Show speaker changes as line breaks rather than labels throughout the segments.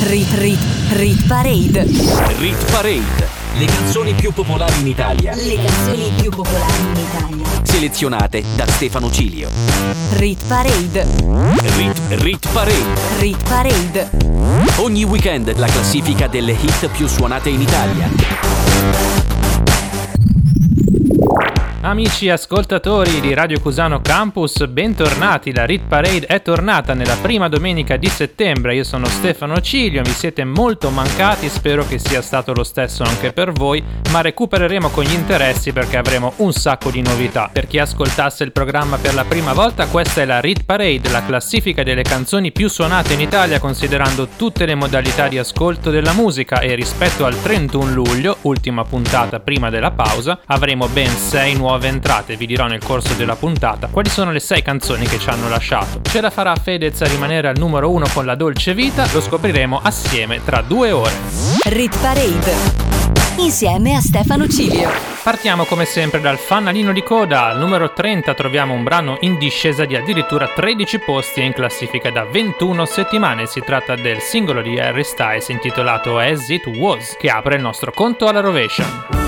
Rit Parade.
Rit Parade. Le canzoni più popolari in Italia. Selezionate da Stefano Cilio.
Rit Parade.
Rit Parade.
Rit Parade.
Ogni weekend la classifica delle hit più suonate in Italia.
Amici ascoltatori di Radio Cusano Campus, bentornati. La Rit Parade è tornata nella prima domenica di settembre. Io sono Stefano Cilio, mi siete molto mancati, spero che sia stato lo stesso anche per voi, ma recupereremo con gli interessi perché avremo un sacco di novità. Per chi ascoltasse il programma per la prima volta, questa è la Rit Parade, la classifica delle canzoni più suonate in Italia considerando tutte le modalità di ascolto della musica, e rispetto al 31 luglio, ultima puntata prima della pausa, avremo ben 6 nuove entrate. Vi dirò nel corso della puntata quali sono le 6 canzoni che ci hanno lasciato. Ce la farà Fedez a rimanere al numero 1 con La Dolce Vita? Lo scopriremo assieme tra 2 ore.
Rit Parade insieme a Stefano Cilio.
Partiamo come sempre dal fanalino di coda. Al numero 30 troviamo un brano in discesa di addirittura 13 posti e in classifica da 21 settimane. Si tratta del singolo di Harry Styles intitolato As It Was, che apre il nostro conto alla rovescia.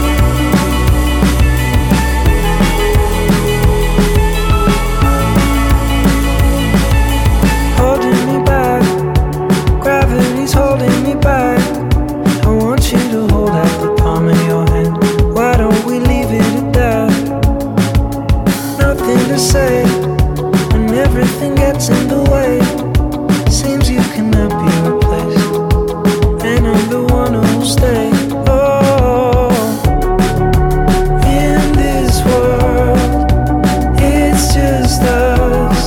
Gravity's holding me back. I want you to hold out the palm of your hand. Why don't we leave it at that? Nothing to say when everything gets in the way. Seems you cannot be replaced, and I'm the one who'll stay. Oh, in this world, it's just us.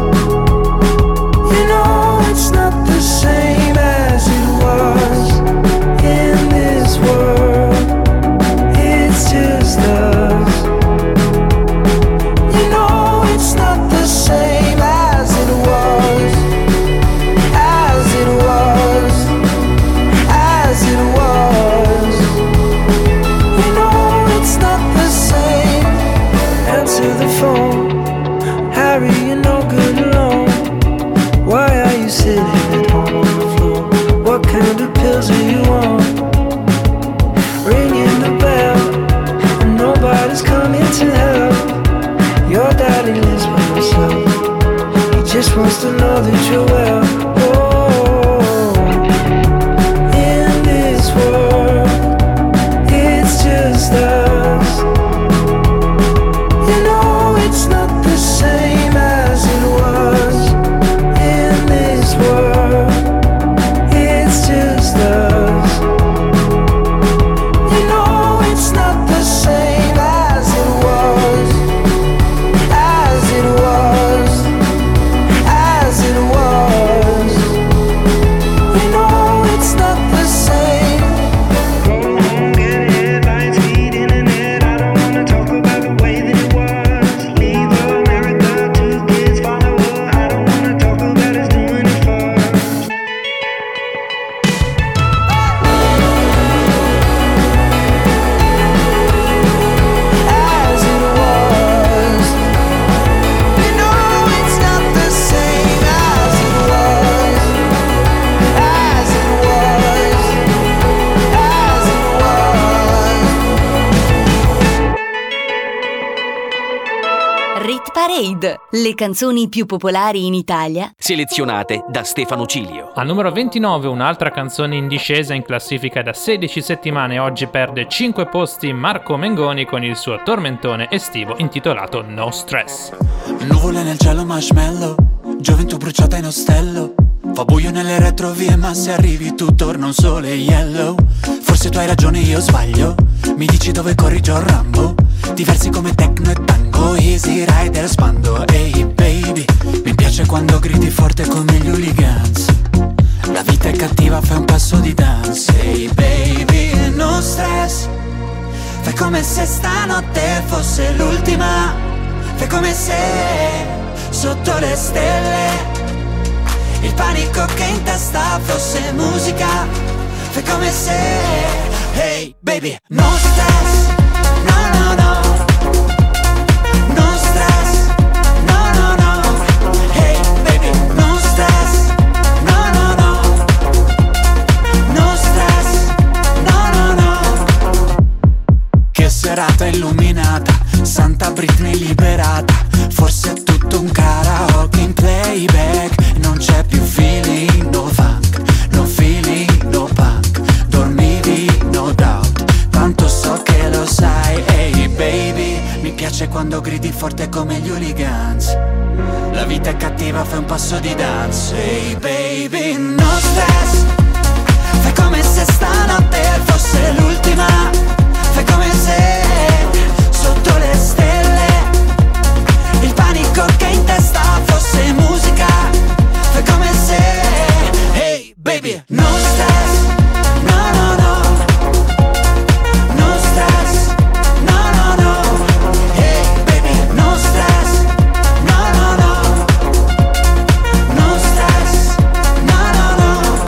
You know it's not the same as it was. In this world, it's just us. You know it's not the same as it was. As it was. As it was. You know it's not the same. Answer the phone. Harry, you're no good alone. Why are you sitting at home on the floor? What kind of pills are you on? Ringing the bell, and nobody's coming to help. Your daddy lives by himself. He just wants to know that you're well. Oh, in this world, it's just us. You know it's not the same as it was. In this world, it's just us. You know it's not the same as it was. As it was. As it was. You know it's not the same. Go home, get headlines, feed internet. I don't wanna talk about the way that it was. Leave America, 2 kids follow her. I don't wanna talk about us doing it first. As it was. You know it's not the same as it was. As it was. As it was.
Rit Parade, le canzoni più popolari in Italia.
Selezionate da Stefano Cilio.
Al numero 29 un'altra canzone in discesa in classifica da 16 settimane. Oggi perde 5 posti Marco Mengoni con il suo tormentone estivo intitolato No Stress.
Nuvole nel cielo, marshmallow, gioventù bruciata in ostello. Fa buio nelle retrovie, ma se arrivi tu torna un sole yellow. Forse tu hai ragione, io sbaglio. Mi dici dove corri, John Rambo. Diversi come techno e tango, easy rider spando. Ehi baby, mi piace quando gridi forte come gli hooligans. La vita è cattiva, fai un passo di dance. Ehi baby, no stress. Fai come se stanotte fosse l'ultima. Fai come se sotto le stelle il panico che in testa fosse musica. Fai come se, hey baby, no stress. No, no, no. No stress. No, no, no. Hey baby, no stress. No, no, no. Britney liberata. Forse è tutto un karaoke in playback. Non c'è più feeling, no funk, no feeling, no punk. Dormivi, no doubt, tanto so che lo sai. Ehi baby, mi piace quando gridi forte come gli hooligans. La vita è cattiva, fai un passo di dance. Ehi baby, no stress. Fai come se stanotte fosse l'ultima. Fai come se sotto le stelle il panico che in testa fosse musica. Fai come se, hey baby, no stress, no no no. No stress, no no no. Hey baby, no stress, no no no. No stress, no no no.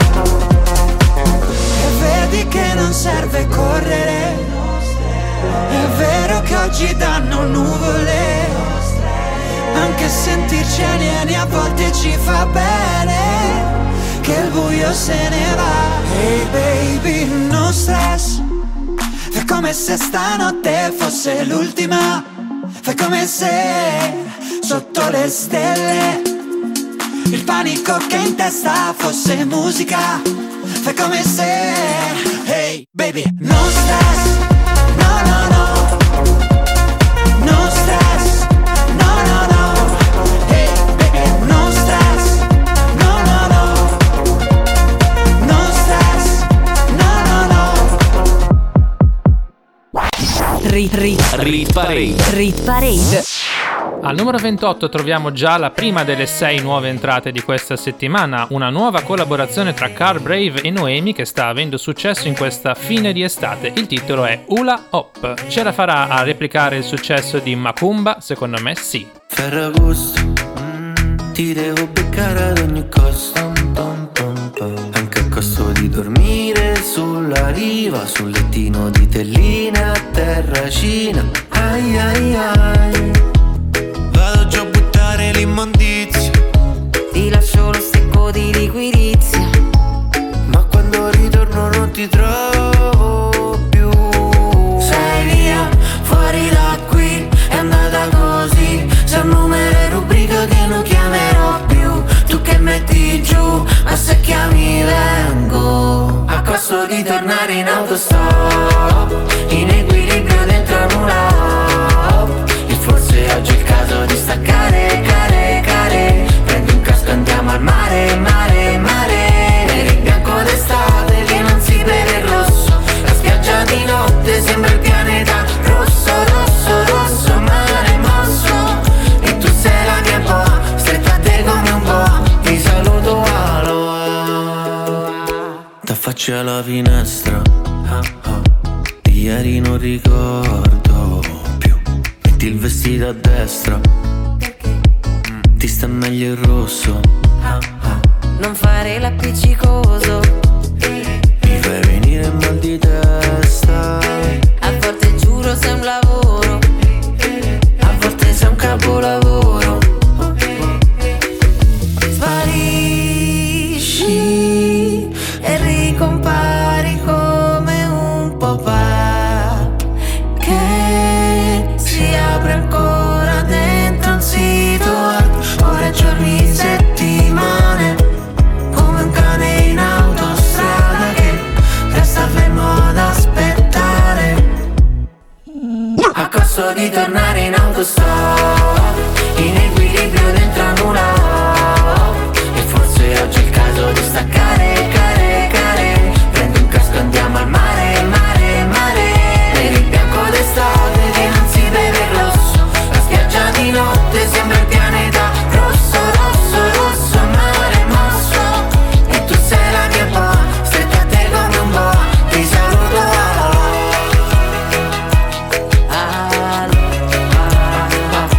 E vedi che non serve correre. È vero che oggi danno nuvole. Anche sentirci alieni a volte ci fa bene. Che il buio se ne va. Hey baby, no stress. Fai come se stanotte fosse l'ultima. Fai come se sotto le stelle il panico che in testa fosse musica. Fai come se, hey baby, no stress, no no no. No stress, no no no. Hey baby, no stress, no no no. No stress, no no no.
Rit Parade.
Al numero 28 troviamo già la prima delle 6 nuove entrate di questa settimana, una nuova collaborazione tra Carl Brave e Noemi che sta avendo successo in questa fine di estate. Il titolo è Hula Hop. Ce la farà a replicare il successo di Macumba? Secondo me sì.
Ferragosto, ti devo beccare ad ogni costo, anche a costo di dormire sulla riva, sul lettino di telline a terracina. Ai ai ai, vado già a buttare l'immondizia,
ti lascio lo stecco di liquirizia,
ma quando ritorno non ti trovo più.
sei via, fuori da qui, è andata così, c'è un numero e rubrica che non chiamerò più. Tu che metti giù, ma se chiami vengo, a costo di tornare in autostop, in equilibrio dentro a nulla. E forse oggi è il caso di staccare, care. Prendi un casco e andiamo al mare, mare. Nero in bianco d'estate che non si vede il rosso, la spiaggia di notte sembra il pianeta rosso, mare mosso. E tu sei la mia boa, stretta a te come un boa. Ti saluto, aloha.
T'affacci alla finestra, di ieri non ricordo più. Metti il vestito a destra, ti sta meglio il rosso.
Non fare l'appiccicoso,
Mi fai venire mal di testa,
a volte giuro sei un lavoro,
a volte sei un capolavoro.
sparisci e ricompari come un papà che si apre ancora dentro un sito web. Ore, giorni, settimane, come un cane in autostrada che resta fermo ad aspettare, a costo di tornare in autostop, in equilibrio dentro a nulla. E forse oggi è il caso di staccare, care. Prendi un casco e andiamo al mare, mare. Il bianco d'estate che non si vede il rosso, la spiaggia di notte sembra il pianeta rosso, mare mosso. E tu sei la mia boa, stretta a te come un boa. Ti saluto, aloha.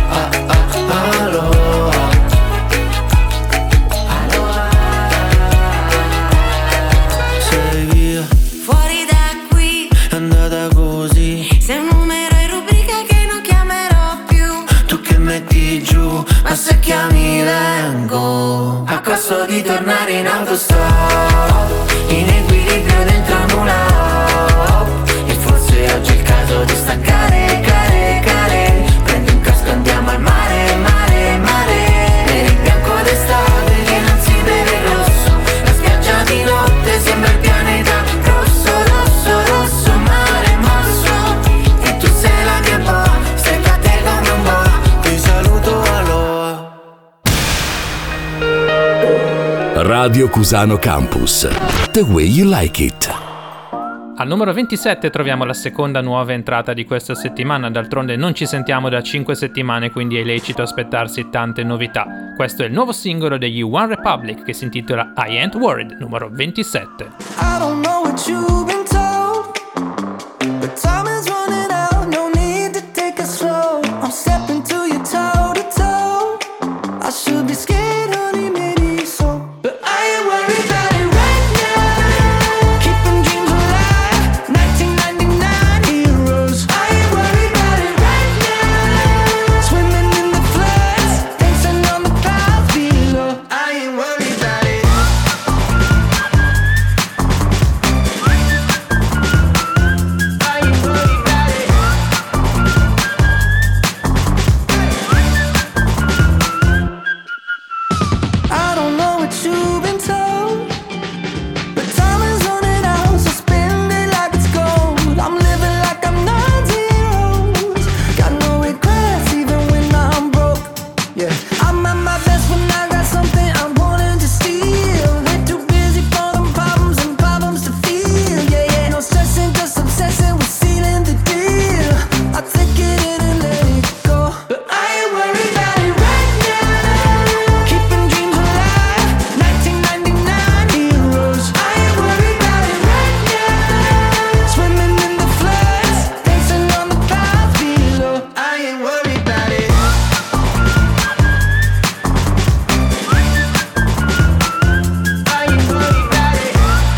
Radio Cusano Campus. The way you like it.
Al numero 27 troviamo la seconda nuova entrata di questa settimana, d'altronde non ci sentiamo da 5 settimane, quindi è lecito aspettarsi tante novità. Questo è il nuovo singolo degli One Republic che si intitola I Ain't Worried, numero 27.
I don't know what you've been told, but time is running out, no need to take it slow. I'm stepping to you toe to toe. I should be scared, honey, maybe so, but I ain't worried about it right now. Keeping dreams alive, 1999 heroes. I ain't worried about it right now. Swimming in the floods, dancing on the clouds below. I ain't worried about it. I don't know what you've been told, but time is running out, so spend it like it's gold. I'm living like I'm 90 got no regrets even when I'm broke. Yeah, I'm at my best when I got something I'm wanting to steal. They're too busy for them problems and problems to feel. Yeah, yeah, no stressing, just obsessing with sealing the deal. I take it in and let it go, but I ain't worried about it right now. Keeping dreams alive, 1999 heroes. I ain't worried about it right now. Swimming in the floods, dancing on the clouds below. I ain't worried about it. I ain't worried about it.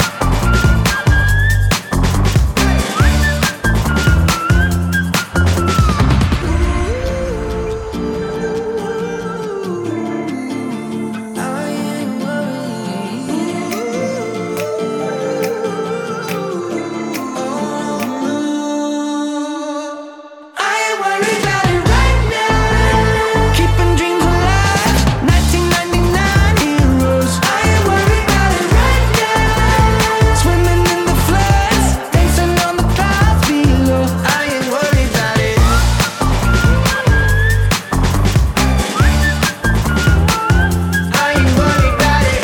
I ain't worried about it right now. Keeping dreams alive, 1999 heroes. I ain't worried about it right now. Swimming in the floods, dancing on the clouds below. I ain't worried about it. I ain't worried about it.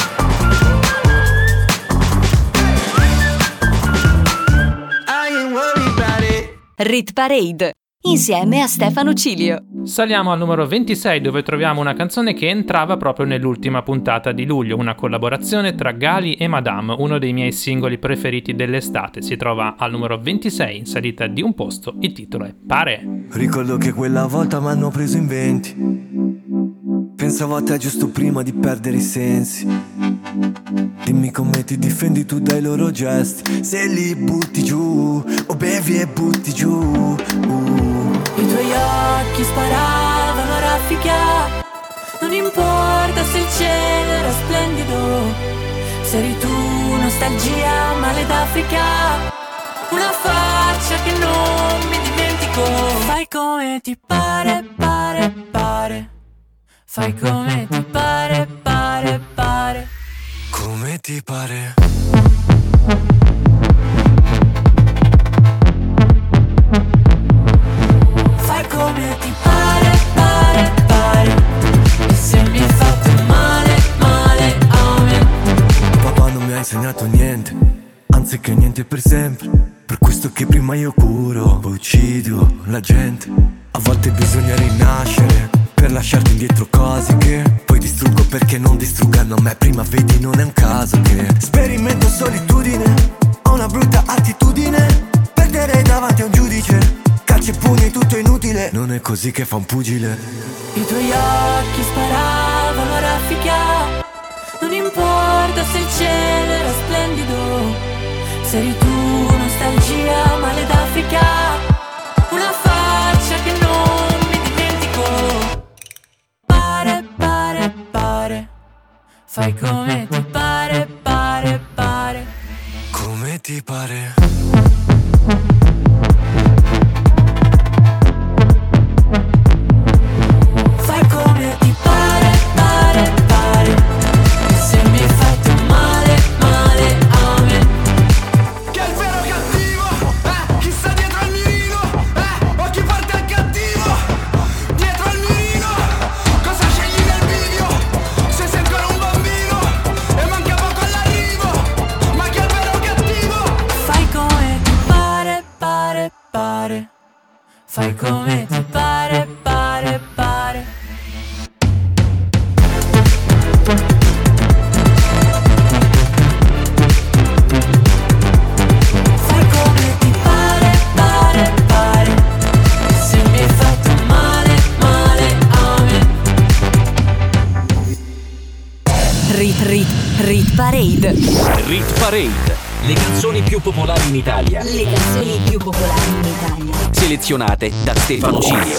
I ain't worried about it.
Rit Parade, insieme a Stefano Cilio.
Saliamo al numero 26 dove troviamo una canzone che entrava proprio nell'ultima puntata di luglio, una collaborazione tra Gali e Madame, uno dei miei singoli preferiti dell'estate. Si trova al numero 26 in salita di un posto, il titolo è Pare.
Ricordo che quella volta m'hanno preso in 20. Pensavo a te giusto prima di perdere i sensi. Dimmi come ti difendi tu dai loro gesti. Se li butti giù o bevi e butti giù.
I tuoi occhi sparavano a raffica. Non importa se il cielo era splendido. Se eri tu, nostalgia, male d'Africa. Una faccia che non mi dimentico. Fai come ti pare, pare, pare. Fai come ti pare, pare, pare.
Come ti pare?
Fai come ti pare, pare, pare. E se mi hai fatto male, male a me.
Papà non mi ha insegnato niente, anzi che niente per sempre. Per questo che prima io curo, poi uccido la gente. A volte bisogna rinascere per lasciarti indietro cose che poi distruggo perché non distruggano me. Prima vedi non è un caso che sperimento solitudine. Ho una brutta attitudine, perdere davanti a un giudice. Calci e pugni tutto inutile, non è così che fa un pugile.
I tuoi occhi sparavano a raffica. Non importa se il cielo era splendido. Se eri tu, nostalgia, male d'Africa. Una faccia che non mi dimentico. Pare, pare, pare. Fai come ti pare, pare, pare.
Come ti pare?
Fai come ti pare, pare, pare. E se mi hai fatto male, male a me.
Chi è il vero cattivo? Chi sta dietro al mirino? O chi parte al cattivo? Dietro al mirino? Cosa scegli nel video? Se sei ancora un bambino e
Fai come ti pare, pare, pare. Fai come ti pare, pare, pare. Se mi hai fatto male, male, amen.
Rit Parade.
Rit Parade. Le canzoni più popolari in Italia.
Le canzoni più popolari in Italia.
Selezionate da Stefano Cilio.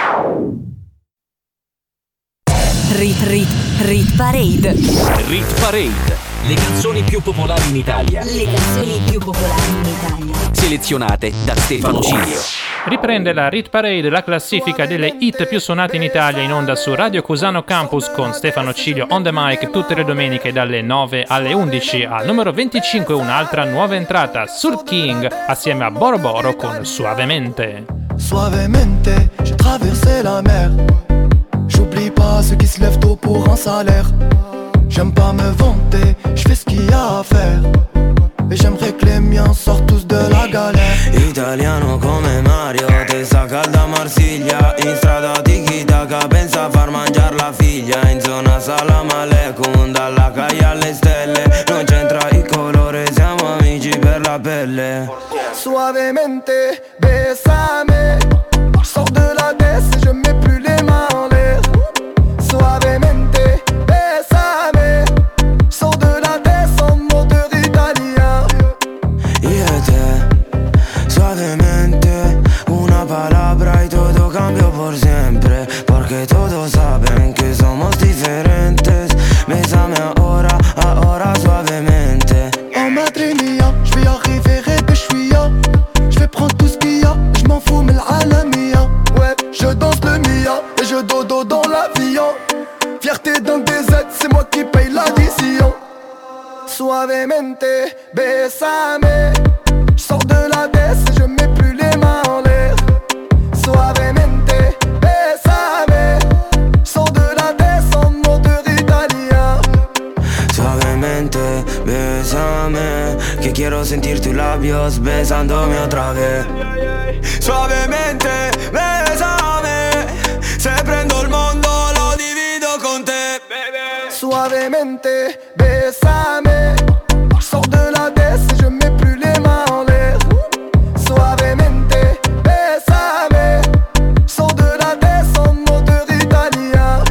Rit Parade.
Rit Parade. Le canzoni più popolari in Italia.
Le canzoni più popolari in Italia.
Selezionate da Stefano Cilio.
Riprende la Rit Parade, la classifica delle hit più suonate in Italia, in onda su Radio Cusano Campus con Stefano Cilio on the mic tutte le domeniche dalle 9 alle 11. Al numero 25 un'altra nuova entrata, Soul King assieme a Boro Boro con Suavemente.
Suavemente, j'ai traversé la mer. J'oublie pas ceux qui se lèvent tôt pour un salaire. J'aime pas me vanter, j'fais ce qu'il y a à faire. E j'aimerais que les miens sortent tous de la galère.
Italiano come Mario, testa calda Marsiglia. In strada tiki-taka, pensa a far mangiare la figlia. In zona salam aleikum, dalla caia alle stelle. Non c'entra il colore, siamo amici per la pelle.
Suavemente, bésame. J'sors de la baisse et je mets plus les mains en l'air. Suavemente, bésame. J'sors de la baisse en moteur italien.
Io e te, suavemente, una palabra y todo cambio por siempre. Porque todos saben que somos diferentes. Bésame ahora, ahora suavemente.
Oh madre mia, j'vais arriver et béchouilla. J'vais prendre tout ce qu'il y a, j'm'en fous mais l'alamia. Ouais, je danse le mia et je dodo dans l'avion. Fierté d'un DZ, c'est moi qui paye l'addition. Suavemente, bésame. J'sors de la baisse et je mets plus les mains en l'air. Suavemente, bésame. J'sors de la baisse en moteur italien.
Suavemente, bésame. Que quiero sentir tus labios besándome otra vez. Suavemente, bésame. Se prendo il mondo lo divido con te, baby.
Suavemente, bésame. J'sors de la baisse et je mets plus les mains en l'air. Suavemente, bésame. J'sors de la baisse en moteur italien.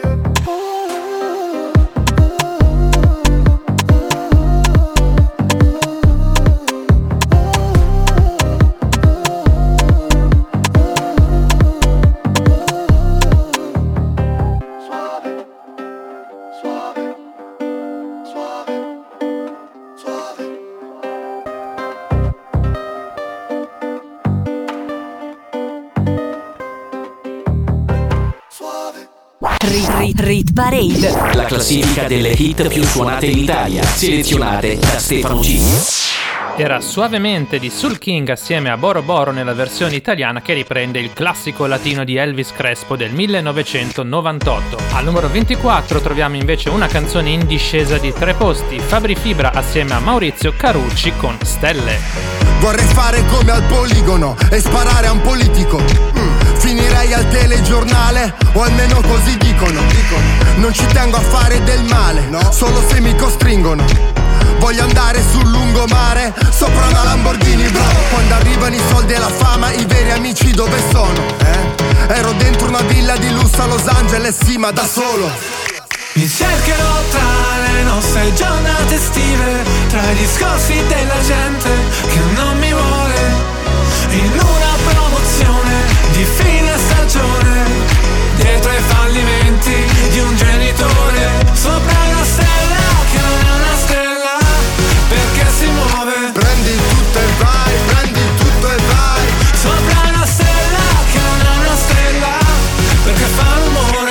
Rit Parade.
La classifica delle hit più suonate in Italia. Selezionate da Stefano Cilio.
Era Suavemente di Soul King assieme a Boro Boro nella versione italiana che riprende il classico latino di Elvis Crespo del 1998. Al numero 24 troviamo invece una canzone in discesa di 3 posti, Fabri Fibra assieme a Maurizio Carucci con Stelle.
Vorrei fare come al poligono e sparare a un politico. Finirei al telegiornale, o almeno così dicono. Non ci tengo a fare del male, solo se mi costringono. Voglio andare sul lungomare, sopra una Lamborghini, bro. Quando arrivano i soldi e la fama, i veri amici dove sono? Ero dentro una villa di lusso a Los Angeles, sì, ma da solo.
Mi cercherò tra le nostre giornate estive, tra i discorsi della gente che non mi vuole. In una promozione di fine stagione, dietro ai fallimenti di un genitore, sopra una stella che non è una stella, perché si muove.
Prendi tutto e vai, prendi tutto e vai.
Sopra una stella che non è una stella, perché fa rumore.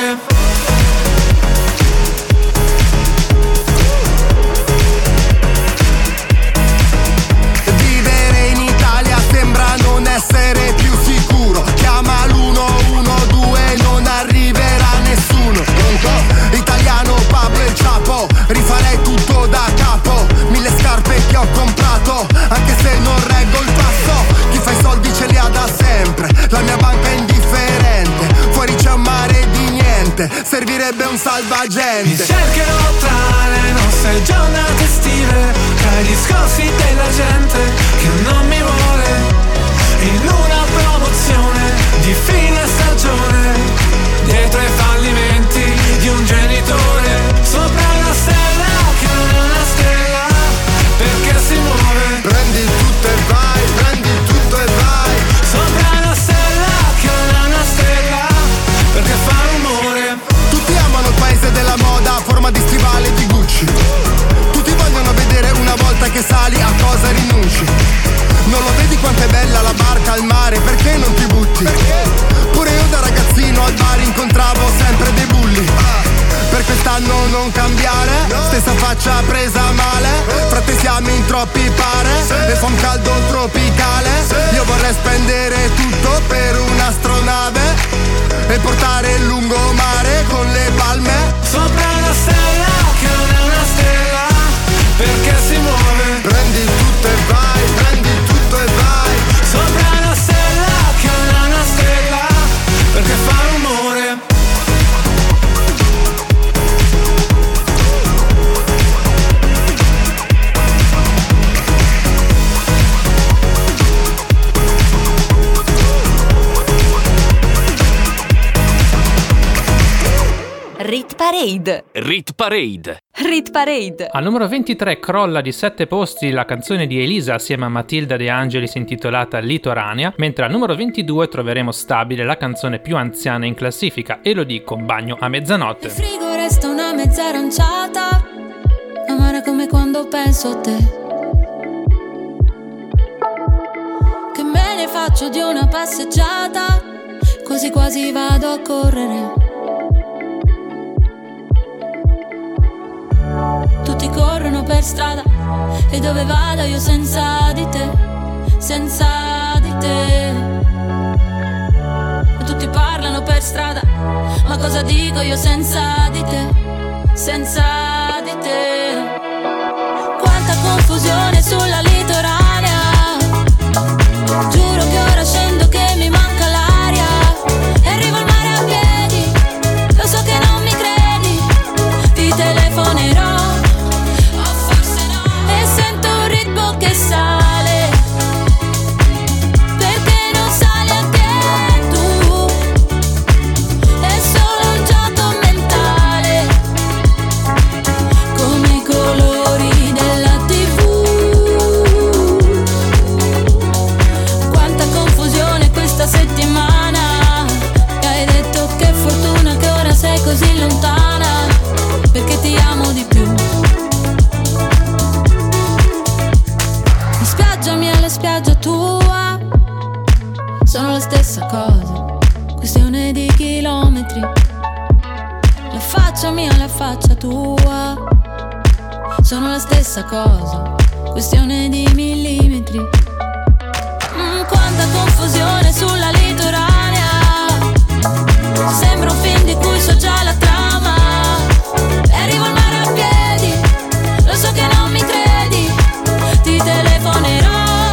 Vivere in Italia sembra non essere più sicuro. Chiama lui non salvagente.
Mi cercherò tra le nostre giornate estive, tra i discorsi della gente che non mi vuole, in una promozione di fine stagione, dietro ai fallimenti di un genitore, sopra una stella che non è una stella, perché si muove.
Prendi tutto e vai, prendi tutto e vai.
Sopra una stella che non è una stella, perché fa rumore.
Tutti amano il paese della moda a forma di stivali di Gucci. Tutti vogliono vedere una volta che sali a cosa rinunci. Non lo vedi quanto è bella la barca al mare, perché non ti butti? Pure io da ragazzino al bar incontravo sempre dei bulli. Per quest'anno non cambiare, stessa faccia presa male. Frate siamo in troppi pare, e fa un caldo tropicale. Io vorrei spendere tutto per un'astronave e portare il lungomare con le palme.
Sopra una stella che non è una stella, perché si muove.
Prendi tutto e vai, prendi tutto e vai.
Sopra una stella che non è una stella, perché fa rumore.
Rit Parade.
Rit Parade.
Rit Parade.
Al numero 23 crolla di 7 posti la canzone di Elisa assieme a Matilda De Angelis intitolata Litoranea, mentre al numero 22 troveremo stabile la canzone più anziana in classifica, Elodie con Bagno a mezzanotte.
Il frigo resta una mezza aranciata, amara come quando penso a te, che me ne faccio di una passeggiata, quasi quasi vado a correre. Tutti corrono per strada e dove vado io senza di te, senza di te. E tutti parlano per strada, ma cosa dico io senza di te, senza di te. Quanta confusione sulla litoranea, giuro che ora scendo che mi manca l'aria e arrivo al mare a piedi, lo so che non mi credi, ti telefonerò. Che sale, perché non sali anche tu, è solo un gioco mentale, come i colori della TV. Quanta confusione questa settimana, e hai detto che fortuna che ora sei così lontana, perché ti amo di più. Alla spiaggia tua sono la stessa cosa, questione di chilometri. La faccia mia, la faccia tua sono la stessa cosa, questione di millimetri. Quanta confusione sulla litoranea, sembra un film di cui so già la trama, e arrivo al mare a piedi, lo so che non mi credi, ti telefonerò.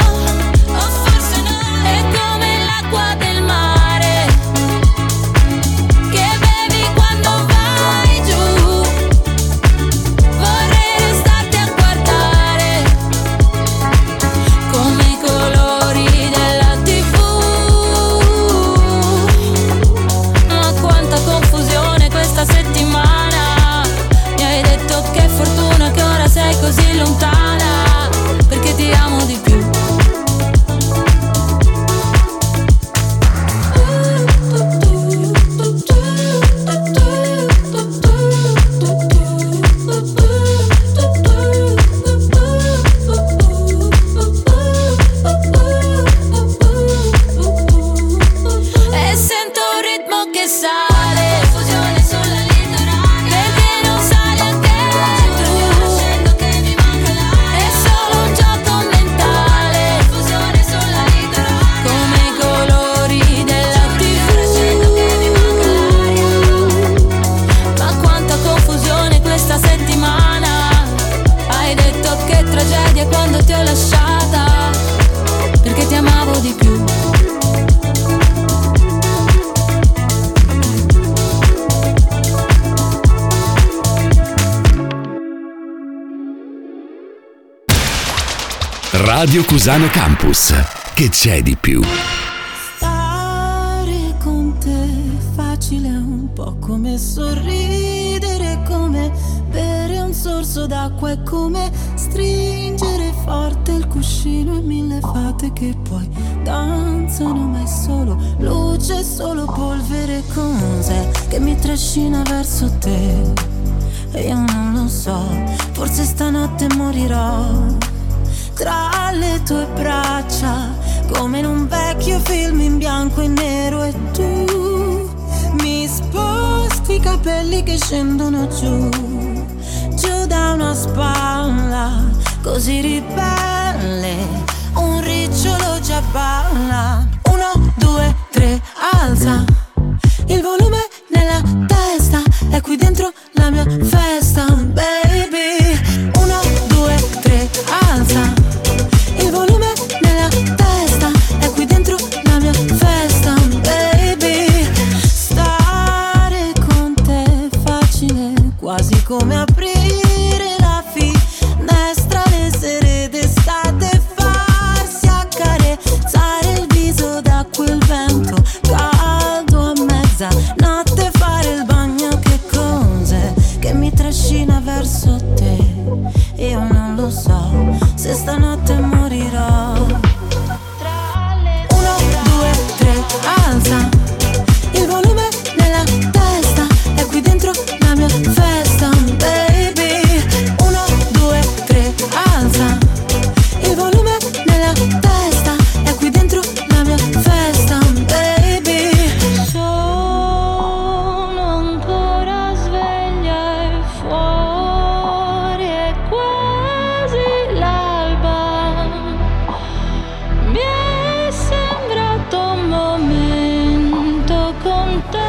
Così lontana, perché ti amo di più. E sento un ritmo che sale, fusione sulla litoranea, perché non sale anche quando ti ho lasciata, perché ti amavo di più.
Radio Cusano Campus. Che c'è di più?
Stare con te facile, un po' come sorridere, come bere un sorso d'acqua, è come stringere forte il cuscino e mille fate che poi danzano, ma è solo luce, solo polvere. Cos'è che mi trascina verso te? E io non lo so, forse stanotte morirò tra le tue braccia, come in un vecchio film in bianco e nero, e tu mi sposti i capelli che scendono giù, giù da una spalla, così ribelle, un ricciolo già balla. 1, 2, 3, alza il volume nella testa, è qui dentro la mia festa, baby. 1, 2, 3, alza il volume nella testa, è qui dentro la mia festa, baby. Stare con te è facile, quasi come aprire la finestra le sere d'estate, farsi accarezzare il viso da quel vento caldo a mezzanotte, fare il bagno. Che cos'è che mi trascina verso te? Io non lo so, se stanotte morirò. 1, 2, 3, alza il volume nella testa, è qui dentro la mia festa, baby. 1, 2, 3, alza il volume nella testa, è qui dentro la mia festa, baby. Sono ancora sveglia e fuori è quasi l'alba, mi è sembrato un momento con te.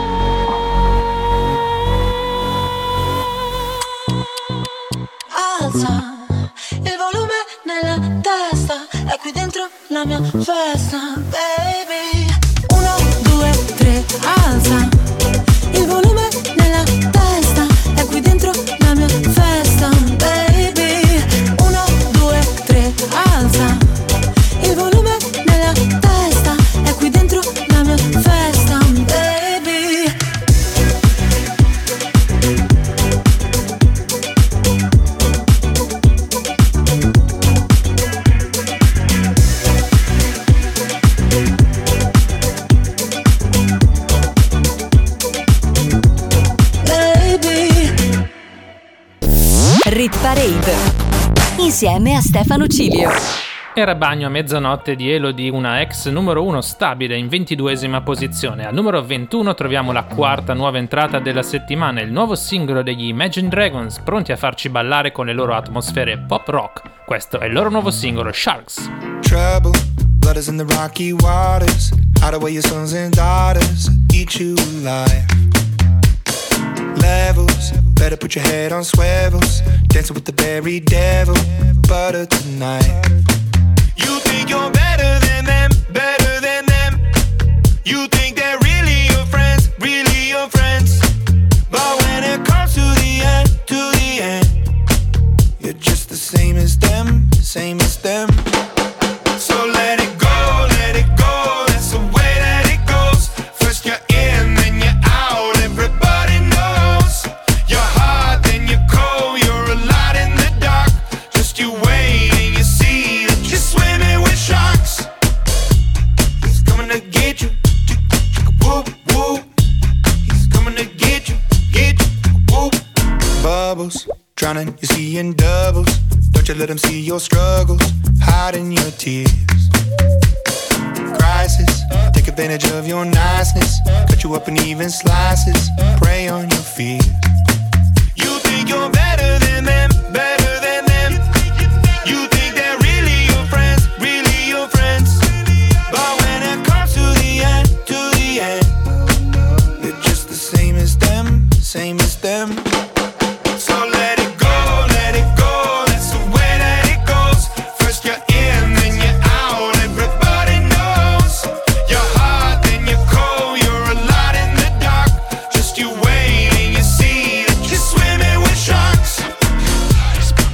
Alza il volume nella testa, è qui dentro la mia festa, baby. 1, 2, 3, alza il volume nella testa, è qui dentro la mia festa, baby. 1, 2, 3, alza il volume nella testa, è qui dentro la mia festa, baby.
Rit Parade insieme a Stefano Cilio.
Era Bagno a mezzanotte di Elodie, una ex numero 1 stabile in 22esima posizione. Al numero 21 troviamo la quarta nuova entrata della settimana, il nuovo singolo degli Imagine Dragons, pronti a farci ballare con le loro atmosfere pop rock. Questo è il loro nuovo singolo, Sharks.
Trouble, blood is in the rocky waters, hide away your sons and daughters, eat you alive. Levels, better put your head on swivels, dancing with the very devil, butter tonight. You think you're better than them, better than them. You think they're really your friends, really your friends. But when it comes to the end, you're just the same as them, same as them. So let it go, that's the way that it goes. First you're in, then you're out, everybody knows. You're hot, then you're cold, you're a light in the dark. Just you wait and you see that you're swimming with sharks. He's coming to get you, whoop, whoop. He's coming to get you, whoop. Bubbles, drowning, you see in doubles. Don't you let him see your struggles, hiding your tears. Crisis, take advantage of your niceness, cut you up in even slices, prey on your fears. You think you're better than them, better than them. You think they're really your friends, really your friends. But when it comes to the end, you're just the same as them, same as them. So let it go, that's the way that it goes. First you're in, then you're out, everybody knows. You're hot, then you're cold, you're a light in the dark. Just you wait and you see that you're swimming with sharks.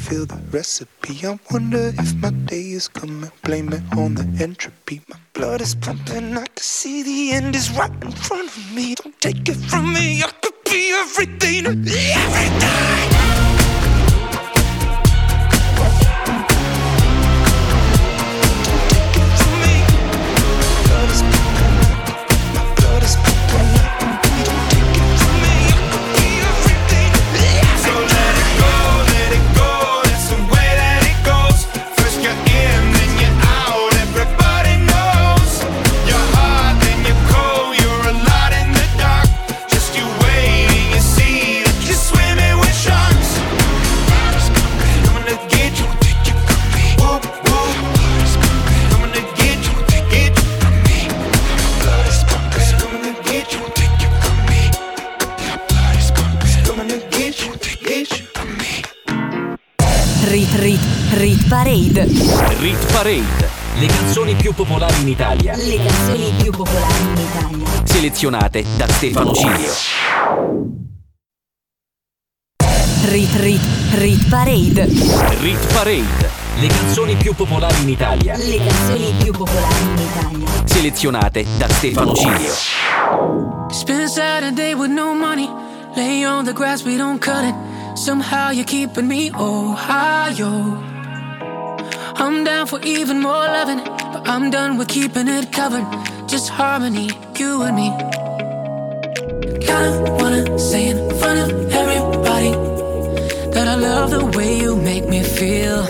feel the recipe. I wonder if my day is coming, blame it on the entropy. My blood is pumping, I can see the end is right in front of me. Don't take it from me, I could be everything to everything.
Rit Parade.
Rit Parade. Le canzoni più popolari in Italia.
Le canzoni più popolari in Italia.
Selezionate da Stefano Cilio.
Rit Parade.
Rit Parade. Le canzoni più popolari in Italia.
Le canzoni più popolari in Italia.
Selezionate da Stefano Cilio.
Spend Saturday with no money. Lay on the grass, we don't cut it. Somehow you're keeping me Ohio. I'm down for even more loving, but I'm done with keeping it covered. Just harmony, you and me. Kinda wanna say in front of everybody that I love the way you make me feel.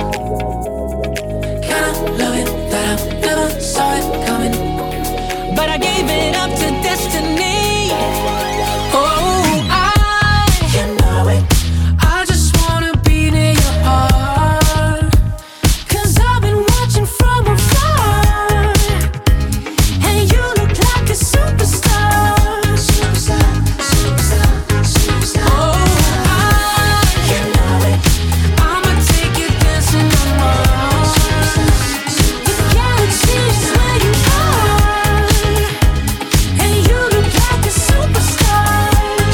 Kinda love it that I never saw it coming, but I gave it up to destiny. Oh, you know it. I just wanna be near your heart, 'cause I've been watching from afar, and you look like a superstar. Oh, you know it. I'ma take you dancing on Mars. The galaxy is where you are, and you look like a superstar.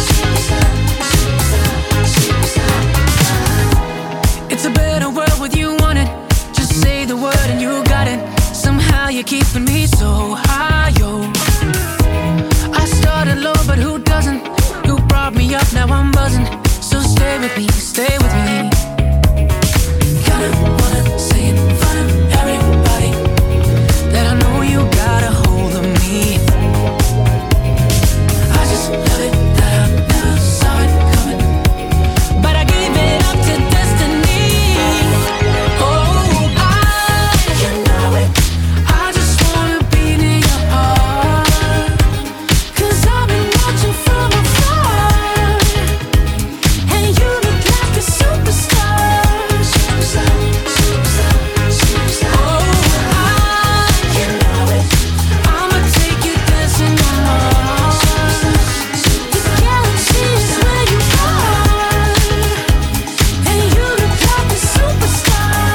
It's a better world with you on it. Just say the word and you got it. Somehow you're keeping me so high, yo. I started low, but who doesn't? You brought me up, now I'm buzzing. So stay with me, stay with me. Kinda wanna say in front of everybody that I know you got a hold of me. I just love it that I never saw it coming, but I gave it up to destiny. Oh, you know it. I just wanna be near your heart, 'cause I've been watching from afar, and you look like a superstar. Oh, you know it. I'ma take you dancing on Mars. The galaxy is where you are, and you look like a superstar.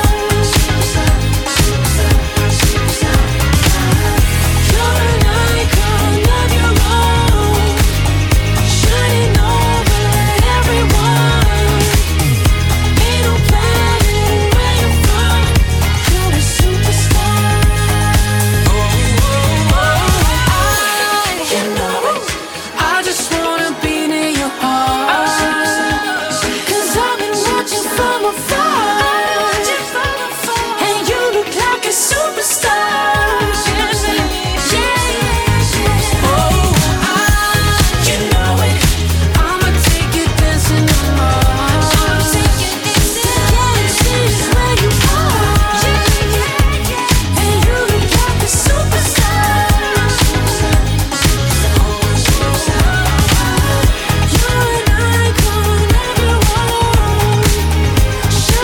You're an icon of your own, shining over everyone. Ain't no planning where you're from, you're a superstar. You know it. I just wanna be near your heart, 'cause I've been watching from afar, and you look like a superstar. Oh, you know it. I'ma take you dancing on Mars. The galaxy is where you are, and you look like a superstar. You're an icon of your own, shining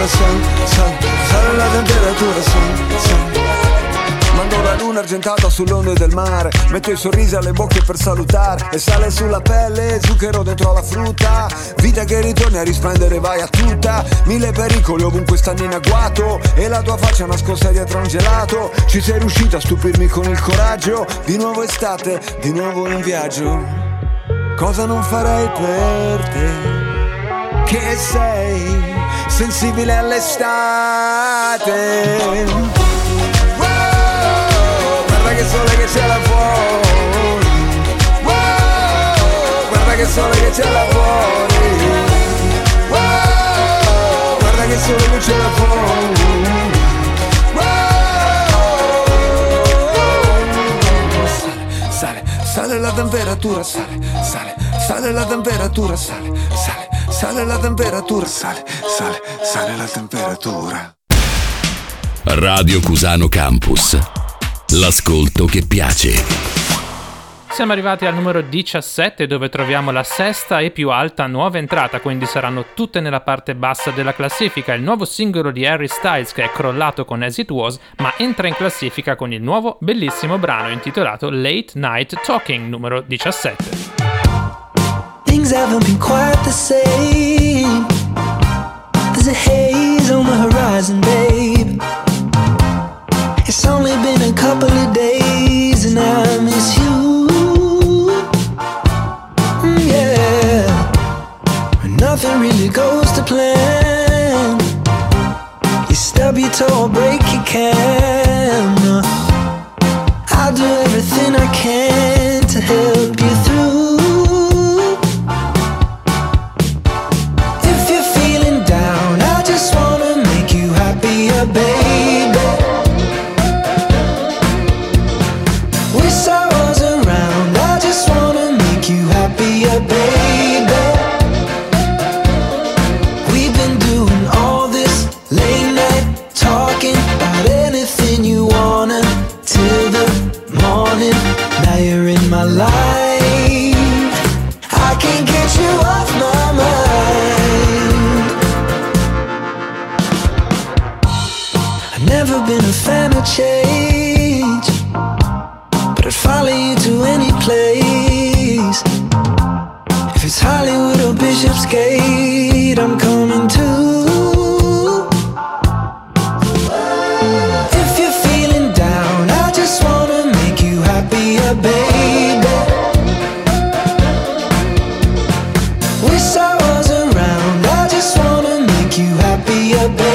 temperatura, sale la temperatura, sale. Mando la luna argentata sulle onde del mare, metto i sorrisi alle bocche per salutare, e sale sulla pelle, zucchero dentro la frutta, vita che ritorni a risplendere, vai a tutta, mille pericoli ovunque stanno in agguato, e la tua faccia nascosta dietro un gelato, ci sei riuscito a stupirmi con il coraggio, di nuovo estate, di nuovo in viaggio, cosa non farei per te, che sei sensibile all'estate. Guarda che sole che c'è là fuori, wow, guarda che sole che c'è là fuori, wow, guarda che sole che c'è là fuori, wow. Sale la temperatura, sale la temperatura, sale la temperatura, sale la temperatura.
Radio Cusano Campus. L'ascolto che piace.
Siamo arrivati al numero 17, dove troviamo la sesta e più alta nuova entrata, quindi saranno tutte nella parte bassa della classifica. Il nuovo singolo di Harry Styles, che è crollato con As It Was, ma entra in classifica con il nuovo bellissimo brano intitolato Late Night Talking, numero 17.
Things haven't been quite the same. There's a haze on the horizon, babe. It's only been a couple of days and I miss you, yeah. Nothing really goes to plan. You stub your toe or break your can. I'll do everything I can to help you through. If you're feeling down, I just wanna make you happier, baby. Change, but I'd follow you to any place. If it's Hollywood or Bishopsgate, I'm coming too. If you're feeling down, I just wanna make you happier, baby. Wish I was around, I just wanna make you happier, baby.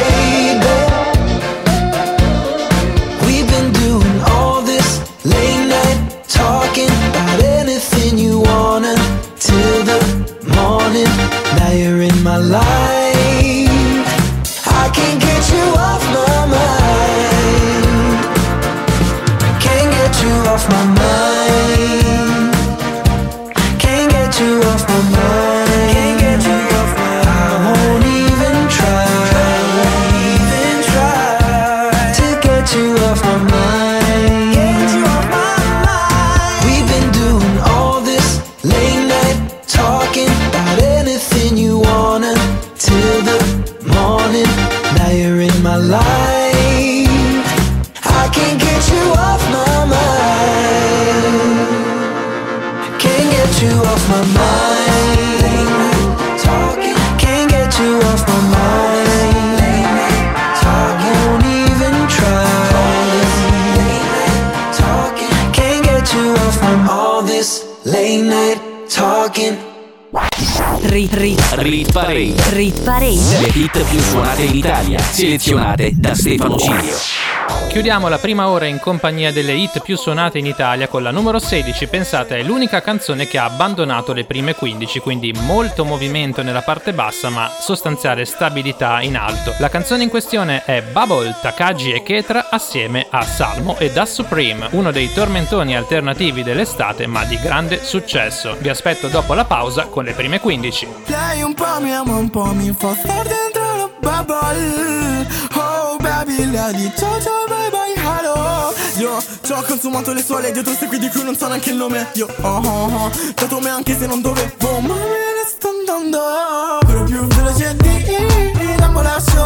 Rit Parade.
Le hit più suonate in Italia, selezionate da Stefano Cilio.
Chiudiamo la prima ora in compagnia delle hit più suonate in Italia con la numero 16. Pensate, è l'unica canzone che ha abbandonato le prime 15, quindi molto movimento nella parte bassa ma sostanziale stabilità in alto. La canzone in questione è Bubble, Takagi e Ketra assieme a Salmo e Da Supreme, uno dei tormentoni alternativi dell'estate ma di grande successo. Vi aspetto dopo la pausa con le prime 15.
Lei un po' mi ama, un po' mi fa star dentro la bubble. Oh baby, lei di ciao ciao bye bye hello. Io ci ho consumato le suole dietro queste qui di cui non so neanche il nome. Io dato me anche se non dovevo, ma me ne sto andando. Però più veloce di l'ambulazione.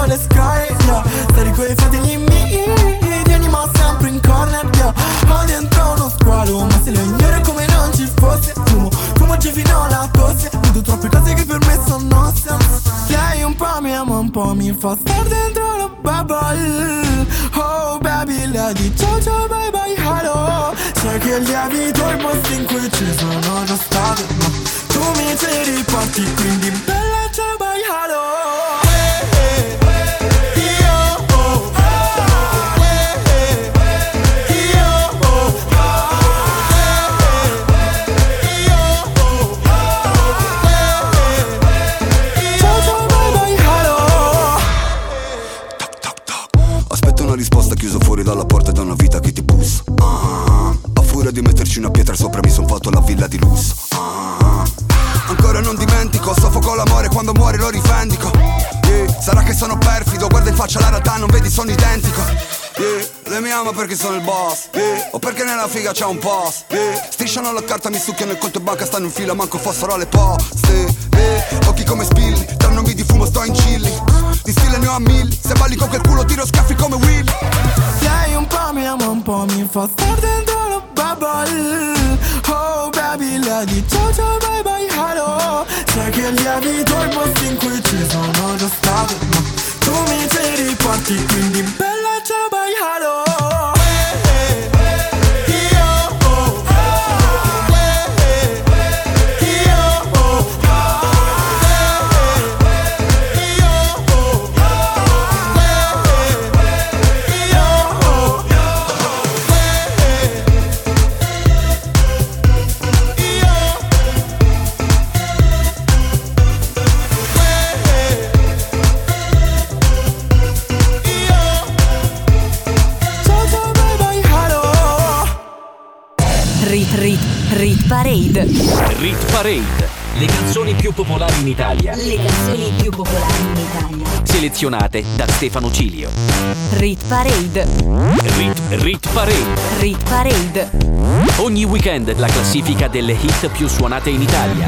le sky, yeah. Stare coi fratelli miei, ti anima sempre in corner, yeah. Ho dentro uno squalo, ma se lo ignoro come non ci fosse. Fumo giù fino alla tosse, vedo troppe cose che per me sono nonsense. Lei un po' mi ama, un po' mi fa star dentro la bubble. Oh baby, lei dice ciao ciao bye bye hello. Sai che lievito i posti in cui ci sono già stato, ma tu mi ci riporti, quindi bella ciao bye hello.
Una risposta chiuso fuori dalla porta da una vita che ti bussa. A furia di metterci una pietra sopra mi son fatto la villa di lusso. Ancora non dimentico, soffoco l'amore quando muore lo rivendico. Sarà che sono perfido, guarda in faccia la realtà, non vedi sono identico. Lei mi ama perché sono il boss, o perché nella figa c'è un post. Strisciano la carta, mi succhiano il conto e banca, stanno in fila, manco fossero alle poste. Occhi come spilli, tra nomi di fumo sto in chilli. Di stile ne ho a 1000, se balli con quel culo tiro schiaffi come Will.
Lei un po' mi ama, un po' mi fa star dentro la bubble. Oh baby, lei dice ciao ciao bye bye hello. Sai che lievito i posti in cui ci sono già stato, ma tu mi ci riporti, quindi bella ciao bye hello.
Rit Parade.
Rit Parade. Le canzoni più popolari in Italia.
Le canzoni più popolari in Italia.
Selezionate da Stefano Cilio.
Rit Parade.
Rit Parade.
Rit Parade.
Ogni weekend la classifica delle hit più suonate in Italia.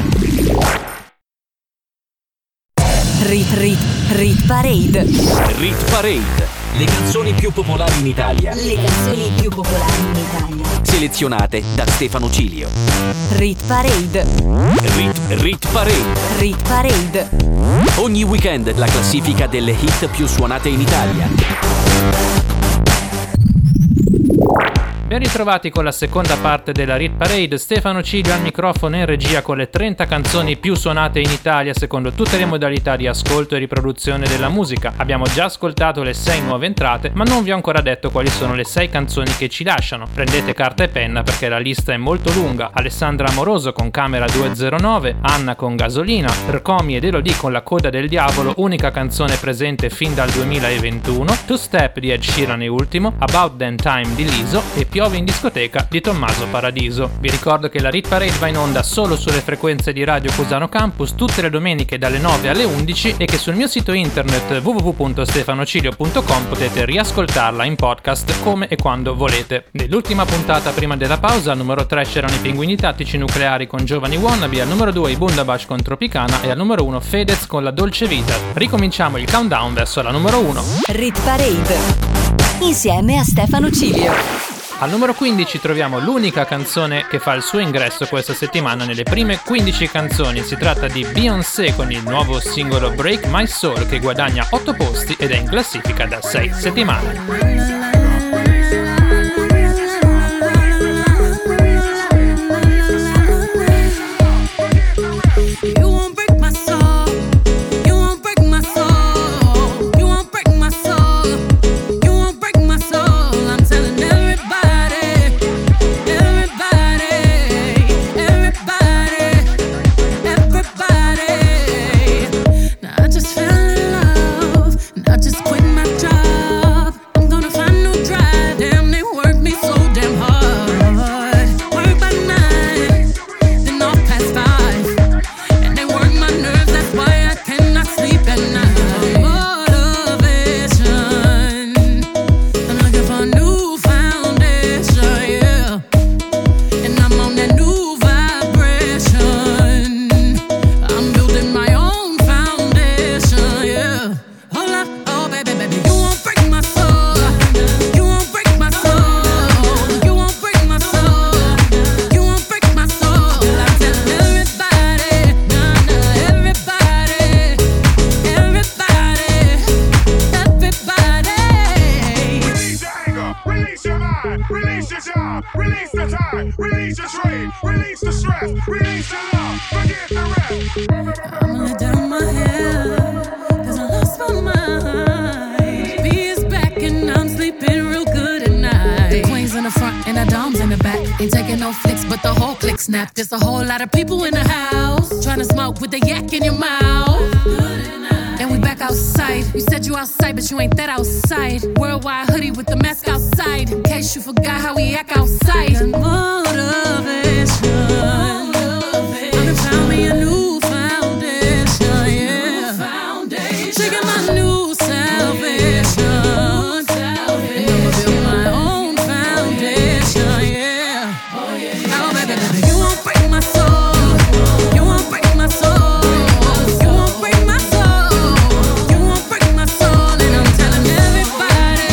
Rit Parade.
Rit Parade. Le canzoni più popolari in Italia.
Le canzoni più popolari in Italia.
Selezionate da Stefano Cilio.
Rit Parade.
Rit Parade.
Rit Parade.
Ogni weekend la classifica delle hit più suonate in Italia.
Ben ritrovati con la seconda parte della Rit Parade. Stefano Cilio al microfono in regia con le 30 canzoni più suonate in Italia secondo tutte le modalità di ascolto e riproduzione della musica. Abbiamo già ascoltato le 6 nuove entrate, ma non vi ho ancora detto quali sono le 6 canzoni che ci lasciano. Prendete carta e penna perché la lista è molto lunga. Alessandra Amoroso con Camera 209, Anna con Gasolina, Rcomi ed Elodie con La coda del diavolo, unica canzone presente fin dal 2021, Two Step di Ed Sheeran e Ultimo, About That Time di Liso e Piove in discoteca di Tommaso Paradiso. Vi ricordo che la Rit Parade va in onda solo sulle frequenze di Radio Cusano Campus tutte le domeniche dalle 9 alle 11 e che sul mio sito internet www.stefanocilio.com potete riascoltarla in podcast come e quando volete. Nell'ultima puntata prima della pausa al numero 3 c'erano i Pinguini Tattici Nucleari con Giovani Wannabe, al numero 2 i Bundabash con Tropicana e al numero 1 Fedez con La Dolce Vita. Ricominciamo il countdown verso la numero 1.
Rit Parade insieme a Stefano Cilio.
Al numero 15 troviamo l'unica canzone che fa il suo ingresso questa settimana nelle prime 15 canzoni. Si tratta di Beyoncé con il nuovo singolo Break My Soul che guadagna 8 posti ed è in classifica da 6 settimane.
Just quit my job. I'm gonna find
release your job, release the time, release your trade, release the stress, release your love, forget the rest.
I'ma let down my hair, cause I lost my mind. B is back and I'm sleeping real good at night. The queens in the front and the doms in the back. Ain't taking no flicks, but the whole click snap. There's a whole lot of people in the house trying to smoke with the yak in your mouth. And we back outside. You said you outside, but you ain't that outside. Worldwide hoodie with the mask outside. In case you forgot how we act outside. Motivation. I done found me a new foundation, yeah. Shaking my new salvation. And I'ma build my own foundation, yeah. Oh, baby, baby, you won't break my soul. You won't break my soul. You won't break my soul. You won't break my soul. And I'm telling everybody,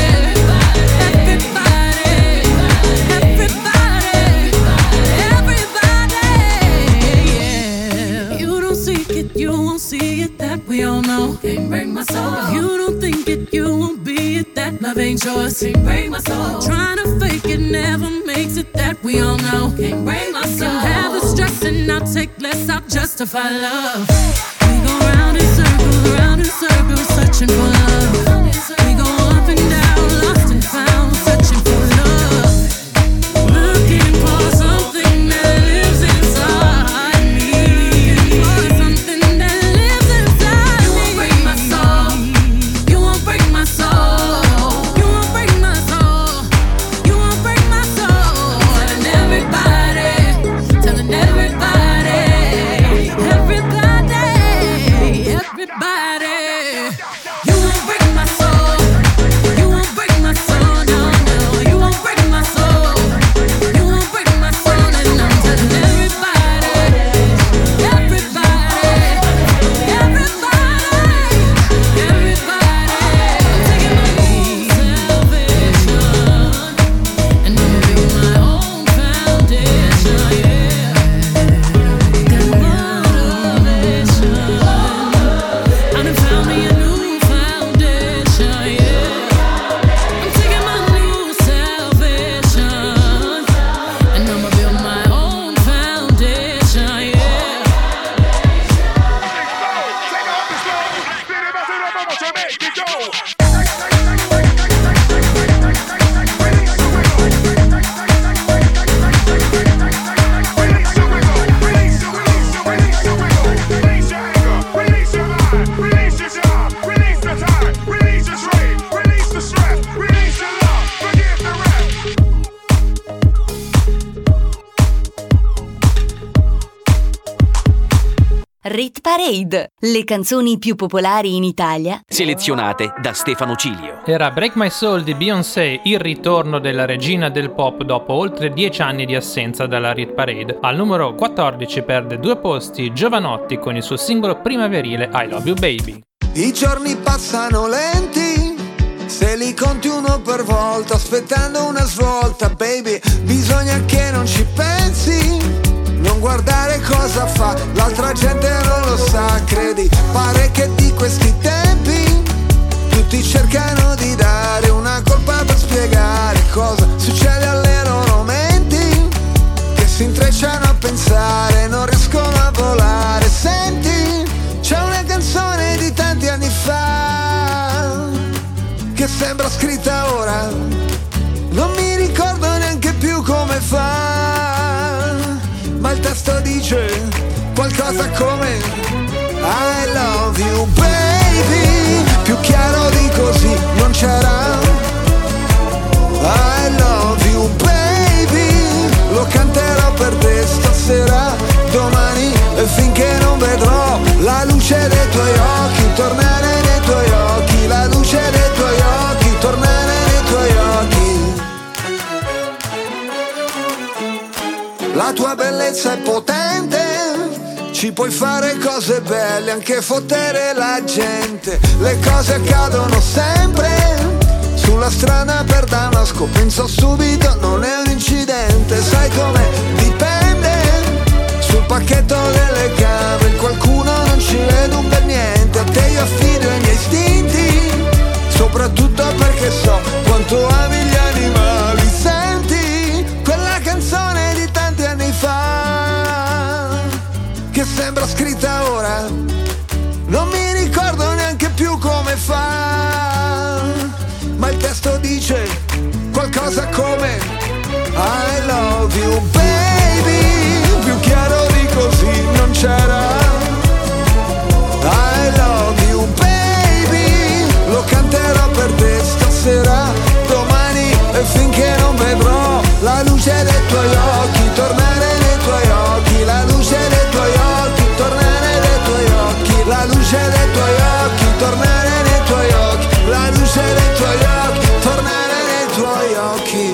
yeah. You don't seek it, you won't see it, that we all know. Can't break my soul. If you don't think it, you won't be it, that love ain't yours. Can't break my soul. Trying to fake it never makes it, that we all know. Can't break my soul. Can have the stress and I'll take less, I'll justify love. We go round in circles, searching for love. We go up and down, lost and found, searching for love. Looking for something that lives inside me. For something that lives inside me. You won't break my soul. You won't break my soul. You won't break my soul. You won't break my soul. Telling everybody, telling everybody, everybody, everybody. You won't break my soul. You won't break my soul. No, no. You won't break my soul. You won't break my soul. And I'm telling everybody, everybody, everybody, everybody. Taking my own salvation, and I'm building my own foundation, yeah. Got motivation. I done found me a new foundation, yeah. I'm taking my new salvation, and I'ma build my own foundation, yeah.
Rit Parade, le canzoni più popolari in Italia,
selezionate da Stefano Cilio.
Era Break My Soul di Beyoncé, il ritorno della regina del pop dopo oltre 10 anni di assenza dalla Rit Parade. Al numero 14 perde 2 posti Giovanotti con il suo singolo primaverile I Love You Baby.
I giorni passano lenti, se li conti uno per volta, aspettando una svolta, baby. Bisogna che non ci pensi, non guardare cosa fa, l'altra gente non lo sa, credi. Pare che di questi tempi tutti cercano di dare una colpa per spiegare cosa succede alle loro menti, che si intrecciano a pensare, non riescono a volare. Senti, c'è una canzone di tanti anni fa che sembra scritta ora, non mi ricordo neanche più come fa, ma il testo dice qualcosa come I love you baby, più chiaro di così non c'era. I love you baby, lo canterò per te stasera, domani e finché non vedrò la luce dei tuoi occhi, tornare nei tuoi occhi, la luce dei tuoi occhi, tornare nei tuoi occhi. La tua bellezza è potente, ci puoi fare cose belle, anche fottere la gente. Le cose accadono sempre sulla strada per Damasco, penso subito non è un incidente. Sai come dipende sul pacchetto delle camere, qualcuno non ci vede un per niente. A te io affido i miei istinti, soprattutto perché so quanto ami gli animali. Senti, chissà come. I love you baby, più chiaro di così non c'era. I love you baby, lo canterò per te stasera, domani e finché non vedrò la luce dei tuoi occhi, tornare nei tuoi occhi, la luce dei tuoi occhi, tornare nei tuoi occhi, la luce dei tuoi occhi, tornare nei tuoi occhi, la luce dei tuoi occhi, tornare nei tuoi occhi.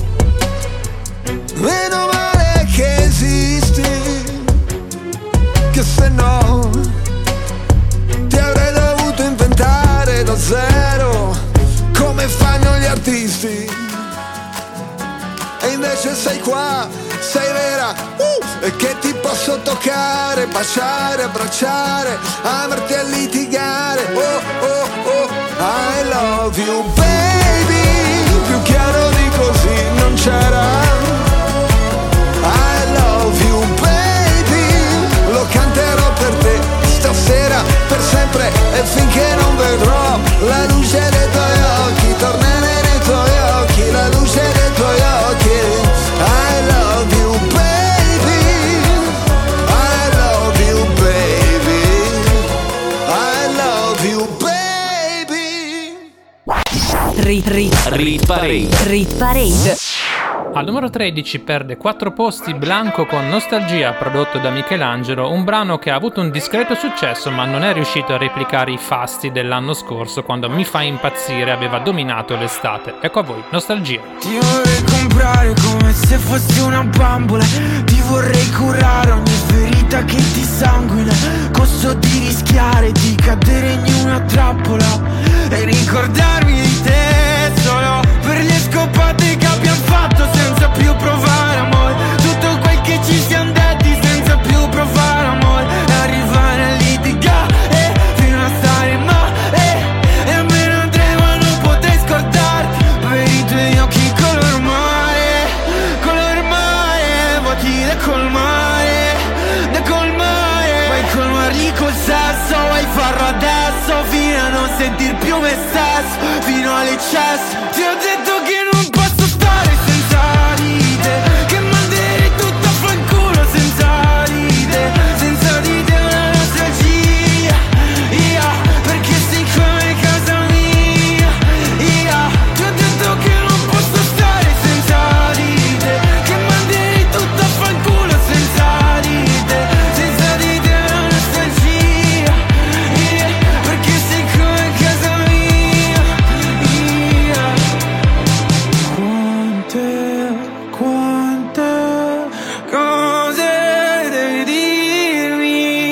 Meno male che esisti, che se no ti avrei dovuto inventare da zero, come fanno gli artisti. E invece sei qua, sei vera, e che ti posso toccare, baciare, abbracciare, amarti e litigare. Oh oh oh, I love you baby, più chiaro di così non c'era. I love you baby, lo canterò per te stasera, per sempre e finché non vedrò la luce dei tuoi occhi, tornare nei tuoi occhi, la luce dei tuoi occhi. I love you baby, I love you baby, I love you baby.
Rit Parade.
Al numero 13 perde 4 posti Blanco con Nostalgia, prodotto da Michelangelo, un brano che ha avuto un discreto successo ma non è riuscito a replicare i fasti dell'anno scorso, quando Mi fa impazzire aveva dominato l'estate. Ecco a voi Nostalgia.
Ti vorrei comprare come se fossi una bambola, ti vorrei curare ogni ferita che ti sanguina, costo di rischiare di cadere in una trappola e ricordarmi di te solo per le scopate che abbiamo fatto senza più provare amore, tutto quel che ci siamo detti senza più provare amore, e arrivare a litigare fino a stare male, e me ne andremo a non poter scordarti per i tuoi occhi color mare, vuoti da colmare, vuoi colmarli col sesso, vuoi farlo adesso fino a non sentir più me stesso, fino all'eccesso. Ti ho detto che non posso stare senza di te, che manderei tutto a fanculo senza di te, senza di te una nostalgia, perché sei come casa mia, ti ho detto che non posso stare senza di te, che manderei tutto a fanculo senza di te, senza di te una nostalgia, perché sei come casa mia. Quante cose devi dirmi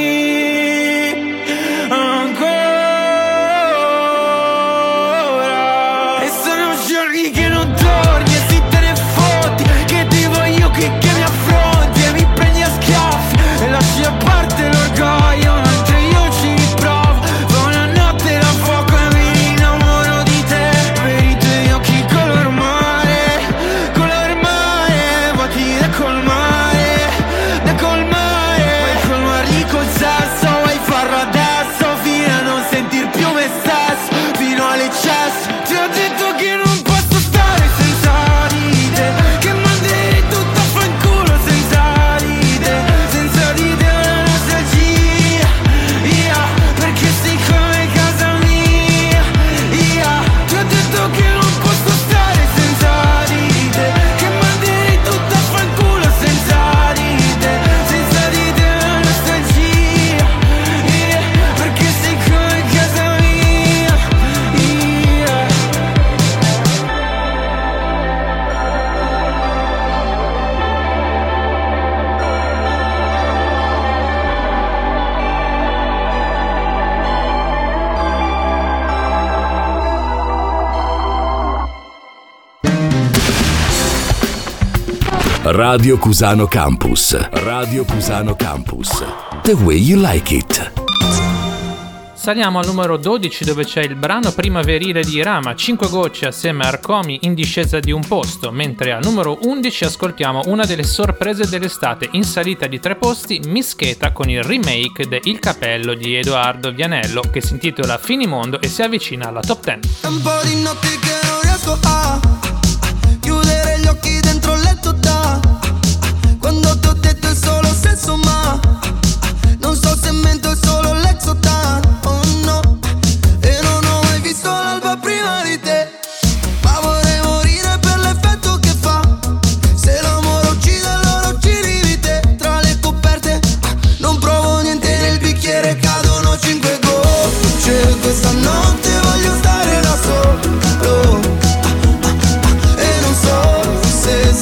ancora, e sono giorni che non torni e si te ne fotti, che ti voglio che mi affronti e mi prendi a schiaffi e lasci a parte l'orgoglio mentre io ci riprovo, fa una notte da fuoco e mi innamoro di te, per i tuoi occhi color mare, vuoti da colmare, vuoi colmarli col sesso, vuoi farlo adesso fino a non sentir più me stesso, fino all'eccesso. Ti ho detto che non posso stare senza di te, che manderei tutto a fanculo senza di te, senza di te una nostalgia, perché sei come casa mia, ti ho detto che non posso stare senza di te, che manderei tutto a fanculo senza di te, senza di te una nostalgia, perché sei come casa mia.
Radio Cusano Campus. Radio Cusano Campus. The way you like it.
Saliamo al numero 12 dove c'è il brano primaverile di Rama, 5 gocce assieme a Arcomi in discesa di un posto, mentre al numero 11 ascoltiamo una delle sorprese dell'estate, in salita di 3 posti, Mischeta con il remake de Il Capello di Edoardo Vianello che si intitola Finimondo e si avvicina alla top 10.
Un po' di notti che non riesco a chiudere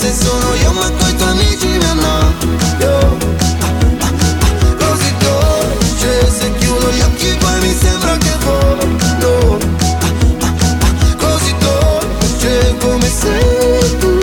se sono io ma coi tuoi amici mi annoio. Così dolce, se chiudo gli occhi poi mi sembra che volo. Così dolce come sei tu.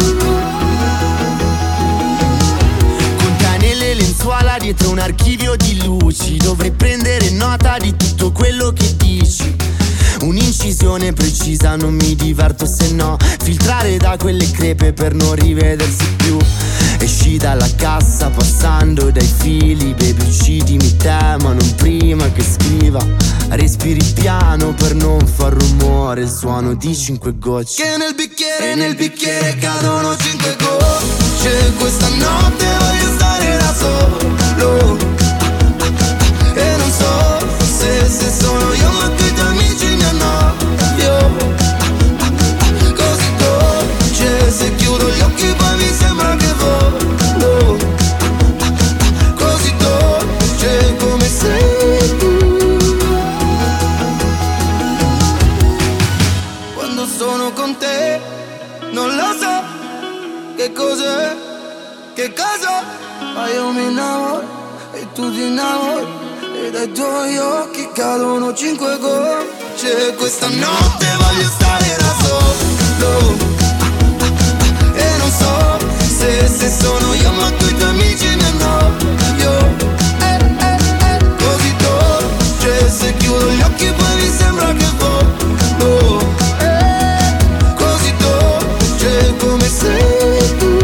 Lenzuola dietro un archivio di luci, dovrei prendere nota di tutto quello che dici. Un'incisione precisa, non mi diverto se no. Filtrare da quelle crepe per non rivedersi più. Esci dalla cassa passando dai fili. Baby uccidimi te ma non prima che scriva. Respiri piano per non far rumore. Il suono di 5 gocce che nel bicchiere cadono 5 gocce. Questa notte voglio stare da solo. E non so se sono io ma che i tuoi amici mi annoio. Così dolce, se chiudo gli occhi poi mi sembra che volo. Così dolce come sei tu. Quando sono con te non lo so che cos'è, che cosa. Ma io mi innamoro e tu ti innamori, e dai tuoi occhi cadono 5 gocce. Questa notte voglio stare da solo. E non so se sono io ma coi tuoi amici mi annoio. Così dolce, se chiudo gli occhi poi mi sembra che volo. Così dolce come sei tu.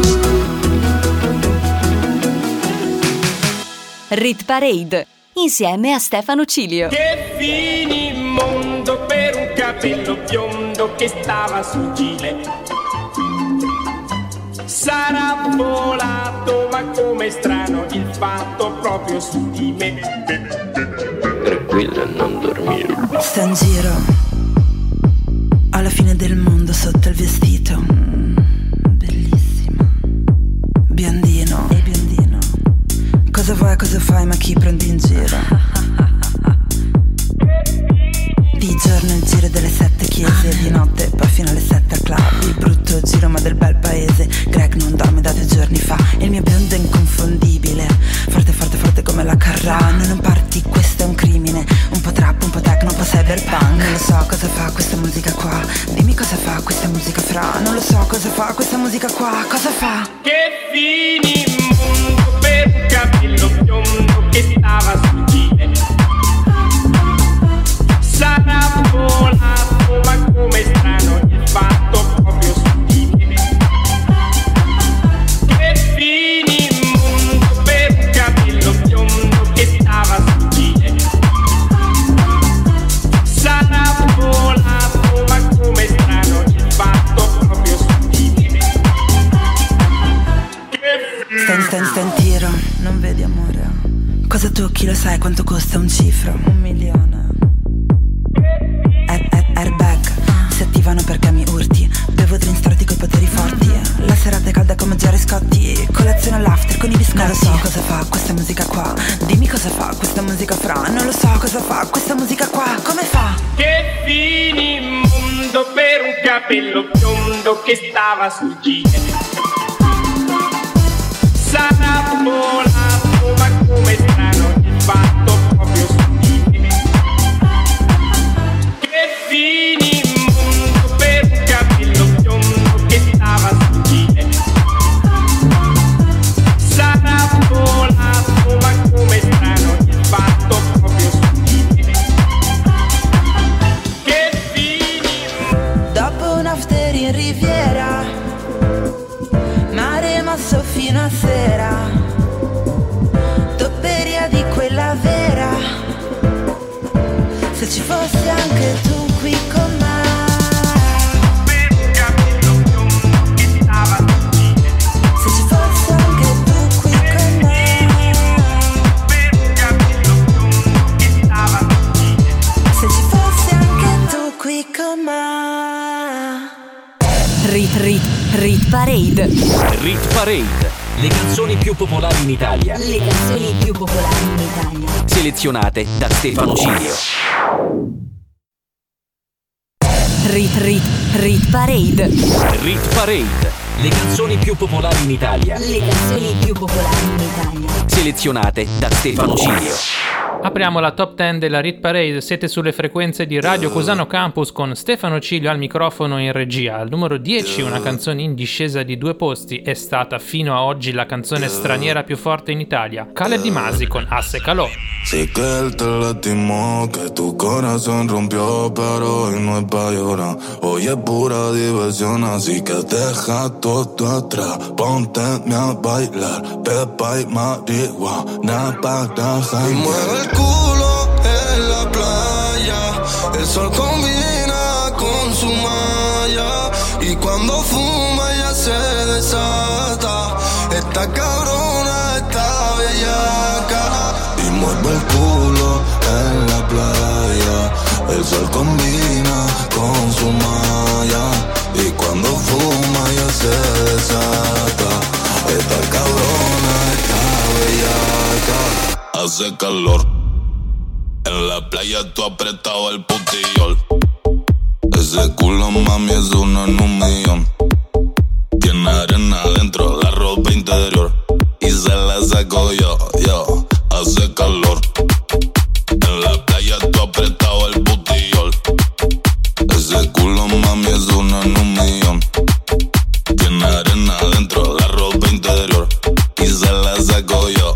Rit Parade, insieme a Stefano Cilio.
Che finimondo per un capello biondo che stava sul gilet. Sarà volato, ma com'è strano il fatto proprio su di me.
Tranquilla e non dormire.
Sta in giro alla fine del mondo sotto il vestito. Bellissima. Biondino. E biondino. Cosa vuoi, cosa fai, ma chi prendi in giro? Di giorno il giro delle 7 chiese, di notte poi fino alle 7 al club. Il brutto giro ma del bel paese. Greg non dorme da 2 giorni fa. Il mio biondo è inconfondibile, forte forte forte come la Carrano. Non parti, questo è un crimine. Un po' trap, un po' techno, un po' cyberpunk. Non lo so cosa fa questa musica qua. Dimmi cosa fa questa musica fra. Non lo so cosa fa questa musica qua. Cosa fa?
Che finimondo per un capello biondo che stava sul gilet. Sarà volato, ma com'è strano il fatto proprio su di me. Che finimondo per un capello biondo che stava sul gilet. Sarà volato, ma com'è strano il fatto proprio su di me.
Sta in tiro, non vedi amore. Cosa tocchi, lo sai quanto costa un cifro? 1 milione. Airbag, si attivano perché mi urti. Bevo drink storti coi poteri forti. La serata è calda come Gerry Scotti. Colazione all'after con i biscotti. Non lo so cosa fa questa musica qua. Dimmi cosa fa questa musica fra. Non lo so cosa fa questa musica qua. Come fa?
Che finimondo per un capello biondo che stava sul gilet. Sarà volato, ma com'è strano il fatto proprio su di me. Che finimondo per un capello biondo che stava sul gilet. Sarà volato, ma com'è strano il fatto proprio su di me. Che finimondo.
Dopo un after in Riviera, mare mosso fino a sera, topperia di quella vera. Se ci fossi anche tu qui con me. Se ci fossi anche tu qui con me. Se ci fossi anche tu qui con me.
Rit Parade.
Rit Parade. Le canzoni più popolari in Italia.
Le canzoni più popolari in Italia.
Selezionate da Stefano Cilio.
Rit Parade.
Rit Parade. Le canzoni più popolari in Italia.
Le canzoni più popolari in Italia.
Selezionate da Stefano Cilio.
Apriamo la top 10 della Rit Parade, siete sulle frequenze di Radio Cusano Campus con Stefano Cilio al microfono in regia. Al numero 10, una canzone in discesa di 2 posti, è stata fino a oggi la canzone straniera più forte in Italia. Caleb Di Masi con Hace Calor.
Sí que él te lastimó, que tu corazón rompió, pero hoy no es pa' llorar. Hoy es pura diversión, así que deja todo atrás. Ponte a bailar, pepa y marihuana para janguear.
El culo en la playa, el sol combina con su malla y cuando fuma ya se desata. Esta cabrona está bellaca
y mueve el culo en la playa, el sol combina con su malla y cuando fuma ya se desata. Esta cabrona está bellaca. Hace calor, en la playa tú apretado el putillol. Ese culo mami es uno en un millón. Tiene arena adentro, la ropa interior y se la saco yo. Hace calor, en la playa tú apretado el putillol. Ese culo mami es uno en un millón. Tiene arena adentro, la ropa interior y se la saco yo.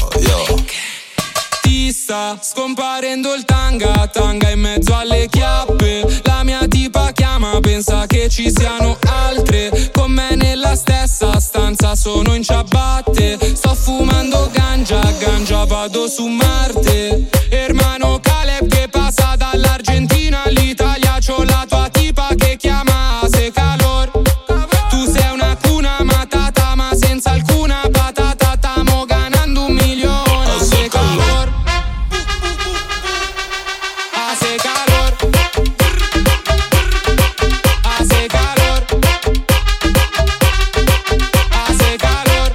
Sta scomparendo il tanga in mezzo alle chiappe. La mia tipa chiama, pensa che ci siano altre con me nella stessa stanza, sono in ciabatte. Sto fumando ganja vado su Marte. Hermano Caleb che passa dall'Argentina all'Italia, c'ho la tua tipa che chiama Hace Calor. Tu sei una cuna matata ma senza alcuna patata, stamo ganando 1 milione. Hace calor. Hace calor, hace calor, hace calor.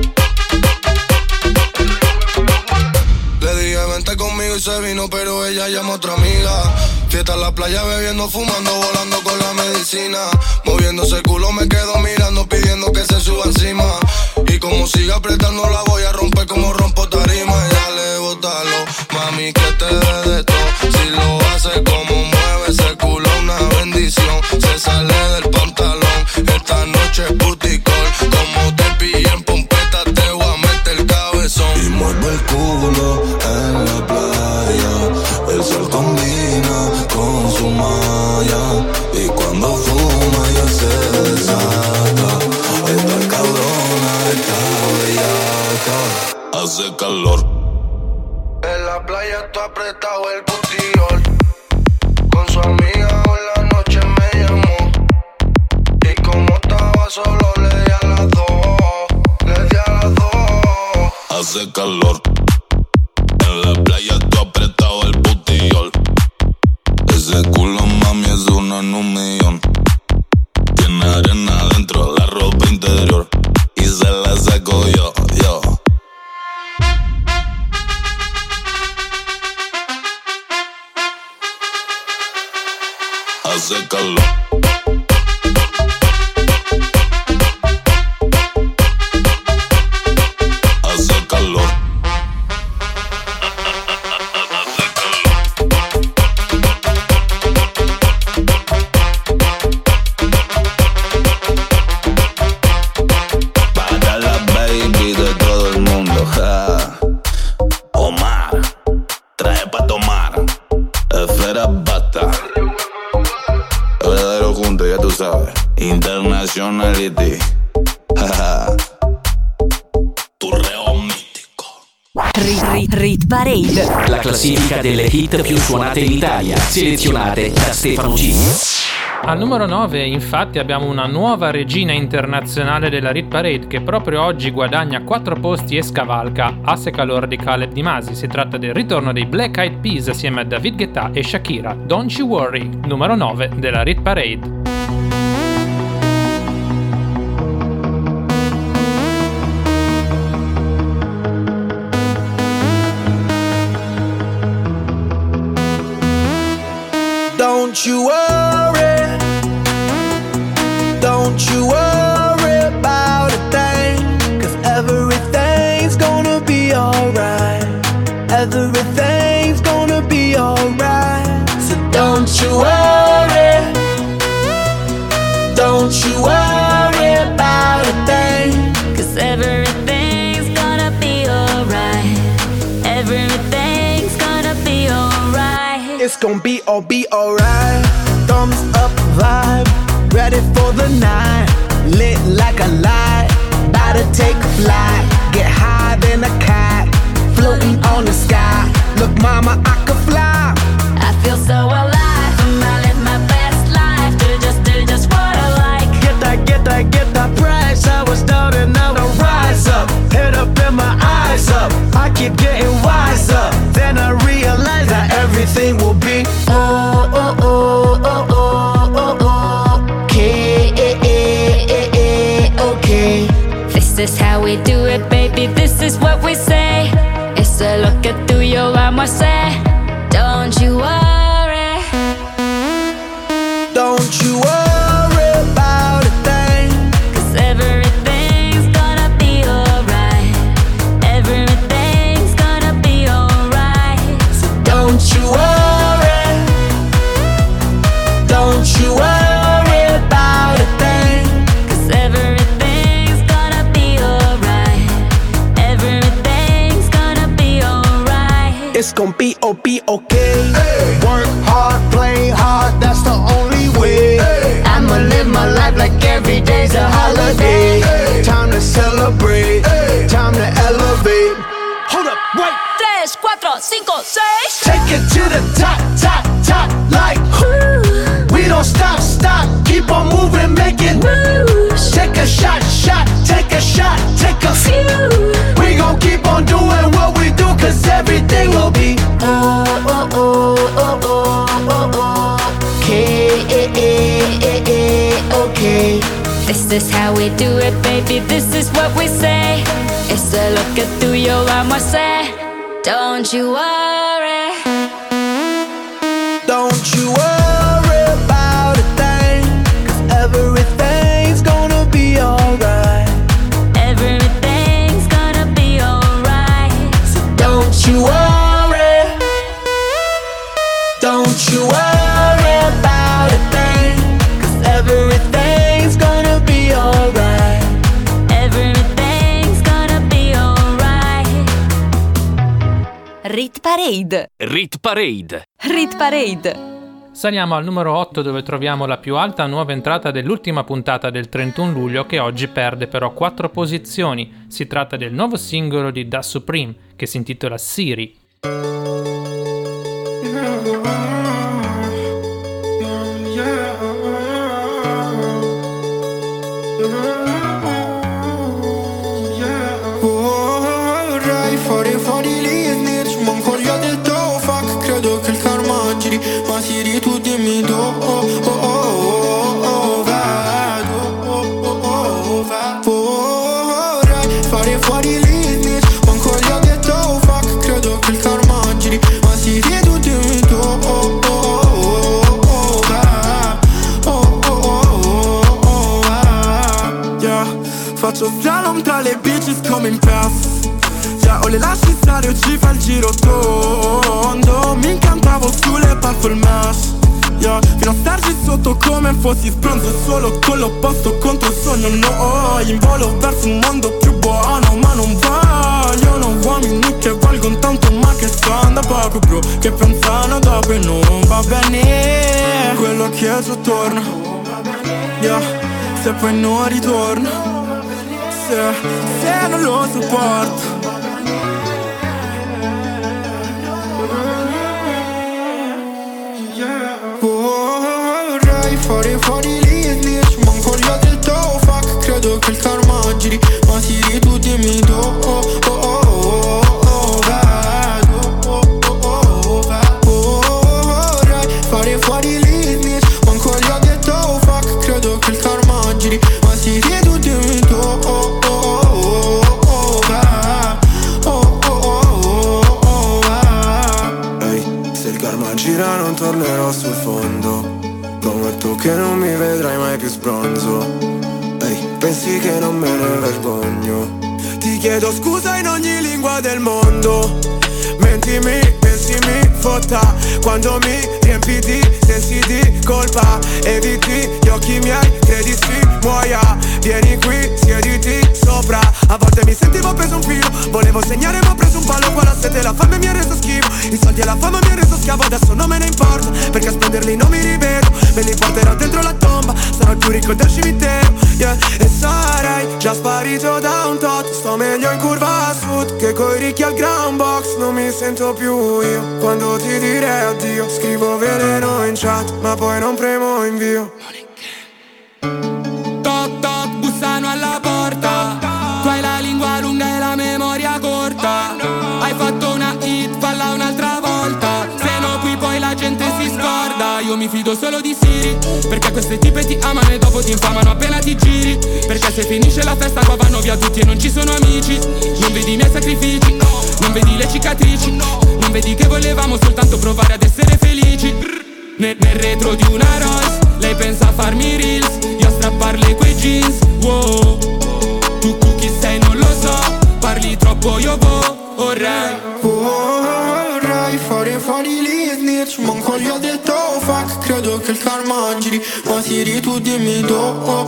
Le dije vente conmigo y se vino, pero ella llama a otra amiga. Fiesta en la playa bebiendo, fumando, volando con la medicina. Moviéndose el culo me quedo mirando, pidiendo que se suba encima. Y como siga apretando la voy a romper como rompo tarima. Ya le botalo, mami que te dé de todo. Si lo hace como mueve ese culo, una bendición. Se sale del pantalón, esta noche es puticol. Como te pillé en pompeta te voy a meter el cabezón.
Y mueve el culo en la playa, el sol combina con su malla y cuando fuma ya se desata. Esta cabrona está bellaca. Hace calor.
En la playa está apretado el butillol. Con su amiga hoy la noche me llamó. Y como estaba solo le di a las 2.
Hace calor, en la playa tú apretado el butillol. Ese culo mami es uno en 1 millón. Tiene arena adentro, la ropa interior y se la saco yo. Hace calor. Hace calor. Para la baby de todo el mundo, ja. Omar, trae pa' tomar. Esfera basta. Verdadero junto, ya tú sabes. Internationality. Jaja. Tu reo mítico.
Rit Parade.
La classifica delle hit più suonate in Italia, selezionate da Stefano Cilio.
Al numero 9 infatti abbiamo una nuova regina internazionale della Rit Parade che proprio oggi guadagna 4 posti e scavalca Hace Calor di Caleb Di Masi. Si tratta del ritorno dei Black Eyed Peas assieme a David Guetta e Shakira. Don't You Worry, numero 9 della Rit Parade.
Don't you worry about gon' be alright. Thumbs up vibe, ready for the night. Lit like a light, about to take a flight. Get high than a cat, floating on the sky. Look mama, I could fly.
I feel so alive, I live my best life. Do just what I like.
Get that price. I was down and now I rise up. Head up and my eyes up. I keep getting wiser. Then I realize that everything will be okay.
This is how we do it, baby. This is what we say. It's a look at through your arm, I say. Don't you worry.
Don't you worry about a thing.
'Cause everything's gonna be alright. Everything's gonna be alright.
So don't you worry. Don't you worry about a thing.
'Cause everything's gonna be alright. Everything's gonna be alright.
It's gon' be okay. Hey. Work hard, play hard, that's the only way. Hey. I'ma live my life like every day's a holiday. Hey. Time to celebrate, hey. Time to elevate. Hold up, wait.
3, 4, 5, 6.
Take it to the top, top, top, like ooh. We don't stop, keep on moving, make it moves. Take a shot, take a shot, take a few. We gon' keep on doing what we do, 'cause everything will be okay.
This is how we do it, baby. This is what we say. It's a look at through your arm, I say. Don't you worry.
Don't you worry about a thing. 'Cause everything's gonna be alright.
Everything's gonna be alright.
So don't you worry. Don't you worry about a thing. 'Cause everything's gonna be alright.
Everything's gonna be alright.
Rit Parade.
Rit Parade.
Rit Parade.
Saliamo al numero 8 dove troviamo la più alta nuova entrata dell'ultima puntata del 31 luglio che oggi perde però 4 posizioni. Si tratta del nuovo singolo di Da Supreme che si intitola Siri.
Vorrei fare fuori gli snitch, manco gli ho detto fuck. Credo che il karma giri, ma Siri tu dimmi dove. Vorrei fare fuori gli snitch, manco gli ho detto fuck. Credo che il karma giri, ma Siri tu dimmi dove. Faccio slalom tra le bitches come in pass. Yeah, o le lasci stare o ci fa il giro tondo. Mi incantavo sulle Purple Mash. Yeah, fino a starci sotto come fossi spronzo. Solo con l'opposto contro il sogno. No, in volo verso un mondo più buono. Ma non vogliono uomini che valgono tanto ma che stanno da poco, bro. Che pensano dopo e non va bene quello che è già torna. Yeah, se poi non ritorno, se non lo sopporto. Vorrei fare fuori gli snitch, manco gli ho detto fuck. Credo che il karma giri, ma Siri tu dimmi dove. Vorrei fare fuori gli snitch, manco gli ho detto fuck. Credo che il karma giri, ma Siri tu dimmi dove.
Gira non tornerò sul fondo. Prometto che non mi vedrai mai più sbronzo. Ehi, pensi che non me ne vergogno? Ti chiedo scusa in ogni lingua del mondo. Mentimi, pensimi, fotta. Quando mi riempi di sensi di colpa. Eviti gli occhi miei, credi si muoia. Vieni qui, siediti sopra. A volte mi sentivo preso un filo. Volevo segnare ma ho preso un palo qua la
sete e la fame mi ha reso schifo. I soldi e la fama mi ha reso schiavo, adesso non me ne importa, perché a spenderli non mi rivedo. Me li porterò dentro la tomba, sarò il più ricco del cimitero, yeah. E sarei già sparito da un tot, sto meglio in curva a sud che coi ricchi al ground box. Non mi sento più io quando ti direi addio. Scrivo veleno in chat ma poi non premo invio.
Toc toc, bussano alla porta. Tu hai la lingua lunga e la memoria corta. Hai fatto una hit, falla un'altra volta. Se no qui poi la gente si scorda. Io mi fido solo di Siri, perché queste tipe ti amano e dopo ti infamano appena ti giri. Perché se finisce la festa qua vanno via tutti e non ci sono amici. Non vedi i miei sacrifici, non vedi le cicatrici, non vedi che volevamo soltanto provare ad essere felici. Nel retro di una Rolls, lei pensa a farmi reels, io a strapparle quei jeans, wow. Tu chi sei non lo so, parli troppo io vorrei
fare gli snitch, manco gli ho detto fuck. Credo che il karma giri, ma Siri tu dimmi dove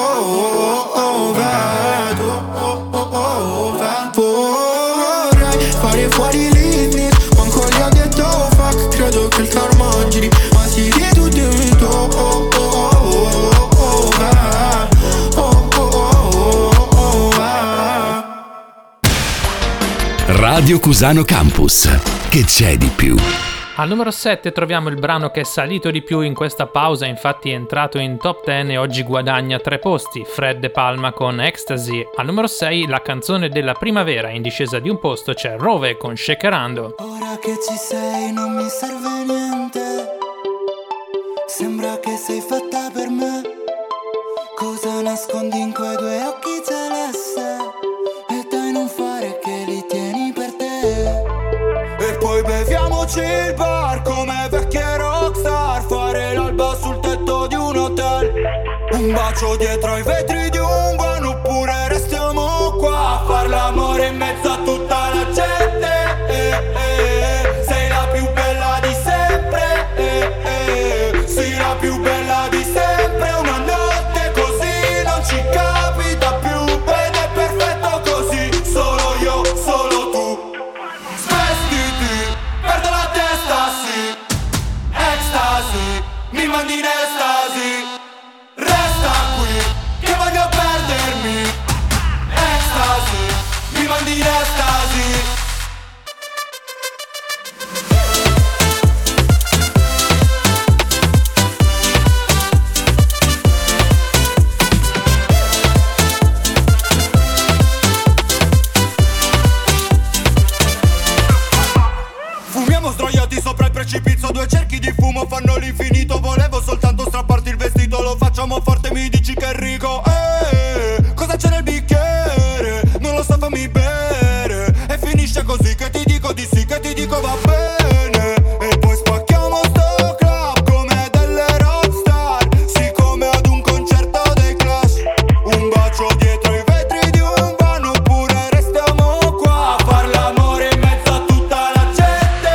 vorrei fare fuori gli snitch, manco gli ho detto fuck. Credo che il karma giri, ma Siri tu dimmi dove
Radio Cusano Campus. Che c'è di più?
Al numero 7 troviamo il brano che è salito di più in questa pausa, infatti è entrato in top 10 e oggi guadagna 3 posti, Fred De Palma con Ecstasy. Al numero 6 la canzone della primavera, in discesa di un posto c'è Rove con Shakerando.
Ora che ci sei non mi serve niente, sembra che sei fatta per me. Cosa nascondi in quei due occhi celeste? E dai non fare che li tieni per te.
E poi beviamoci il bar come vecchie rockstar, fare l'alba sul tetto di un hotel, un bacio dietro ai vetri di un van, oppure restiamo qua a far l'amore in mezzo a tutta la gente. Sei la più bella di sempre, sei la più bella di sempre. Una notte così non ci capita più ed è perfetto così, solo io, solo tu. Perdo la testa, sì, ecstasy, mi mandi in estasi. Resta qui, che voglio perdermi. Ecstasy, mi mandi in estasi. Sdraiati sopra il precipizio, due cerchi di fumo fanno l'infinito. Volevo soltanto strapparti il vestito, lo facciamo forte, mi dici che è Rico. Cosa c'è nel bicchiere? Non lo so, fammi bere. E finisce così, che ti dico di sì, che ti dico va bene. E poi spacchiamo sto club come delle rockstar, sì, come ad un concerto dei Clash. Un bacio dietro i vetri di un van, oppure restiamo qua a far l'amore in mezzo a tutta la gente.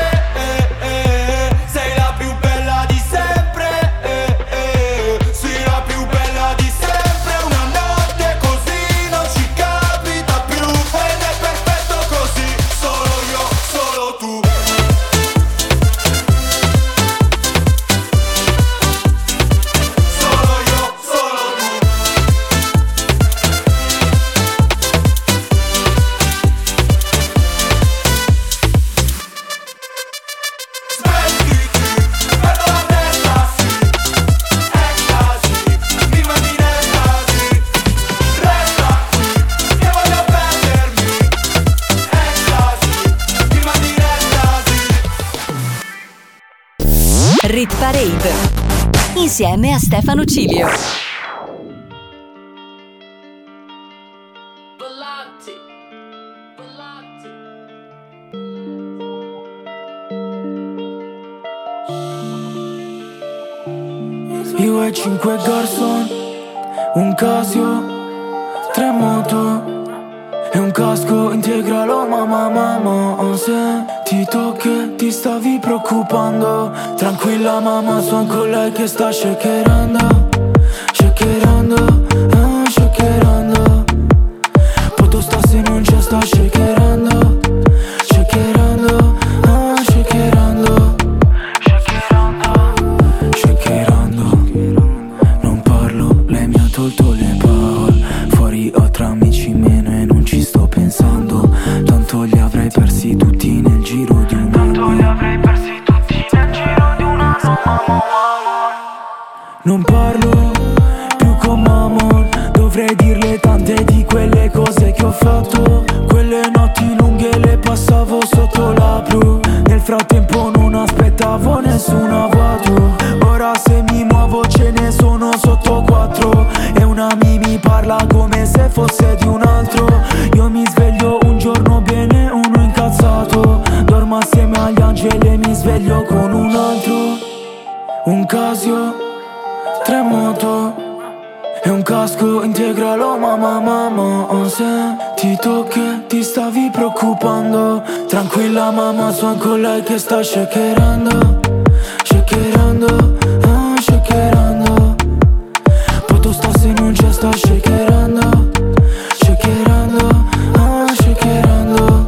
Sei la più bella di sempre, sei la più bella di sempre. Una notte così non ci capita più ed è perfetto così, solo io, solo tu. Solo io, solo tu. Perdo la testa, sì, ecstasy, mi mandi in estasi. Resta qui, che voglio perdermi. Ecstasy, mi mandi in estasi.
Rit Parade insieme a Stefano Cilio.
Io e 5 garçon, un Casio, 3 moto e un casco integralo, mamma. Se ti tocchi ti stavi preoccupando, tranquilla mamma, son con lei che sta shakerando. Poto sta se non c'è, sta shakerando.
tra amici meno e non ci sto pensando. Tanto li avrei persi tutti nel giro di un anno. Tanto li avrei persi tutti nel giro di un anno. Non parlo più con Mamon, dovrei dirle tante di quelle cose che ho fatto. Quelle notti lunghe le passavo sotto la blu. Nel frattempo non aspettavo nessun vuoto. Ora se mi muovo ce ne sono sotto 4. E una mi parla come se fosse di un altro. Io mi sveglio un giorno bene, uno incazzato. Dormo assieme agli angeli e mi sveglio con un altro. Un Casio, tre moto e un casco integralo, mamma. Ho sentito che ti stavi preoccupando. Tranquilla mamma, sono con lei che sta shakerando. Shakerando, shakerando. Poto sta se non c'è, sta shakerando. Shakerando, shakerando.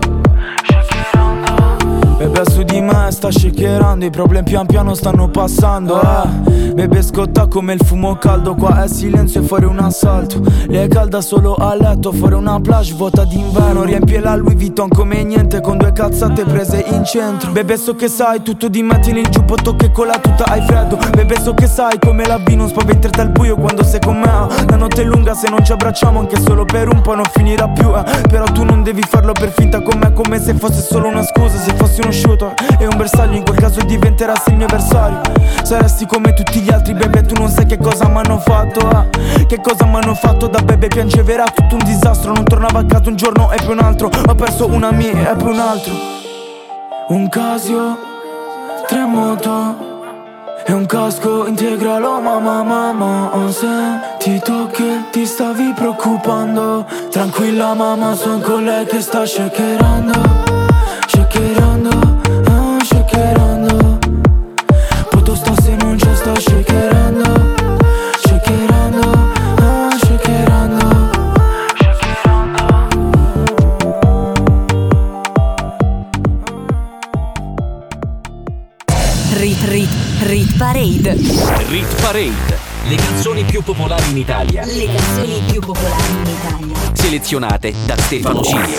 Bebe su di me sta shakerando. I problemi pian piano stanno passando, Bebe scotta come il fumo caldo. Qua è silenzio e fuori un assalto. Lei è calda solo a letto, fuori una plage vuota d'inverno. Riempie la Louis Vuitton come niente, con due cazzate prese in centro. Bebe so che sai tutto di me, tieni il giubbotto che con la tuta hai freddo. Bebe so che sai come la B non spaventerti al buio quando sei con me. La notte è lunga, se non ci abbracciamo anche solo per un po' non finirà più, Però tu non devi farlo per finta con me, come se fosse solo una scusa. Se fossi uno shooter e un bersaglio, in quel caso diventerassi il mio avversario. Saresti come tutti gli altri, bebe, tu non sai che cosa m'hanno fatto, Che cosa m'hanno fatto, da bebe piangeva, era tutto un disastro. Non tornavo a casa un giorno e poi un altro. Ho perso una mia e poi un altro. Un Casio, tre moto e un casco integralo, mamma. Ho sentito che ti stavi preoccupando. Tranquilla mamma, son con lei che sta shakerando. Shakerando, shakerando. Poto sta se non c'è, sta shakerando. Shakerando, shakerando.
Rit Parade.
Rit Parade. Le canzoni più popolari in Italia.
Le canzoni più popolari in Italia.
Selezionate da Stefano Cilio.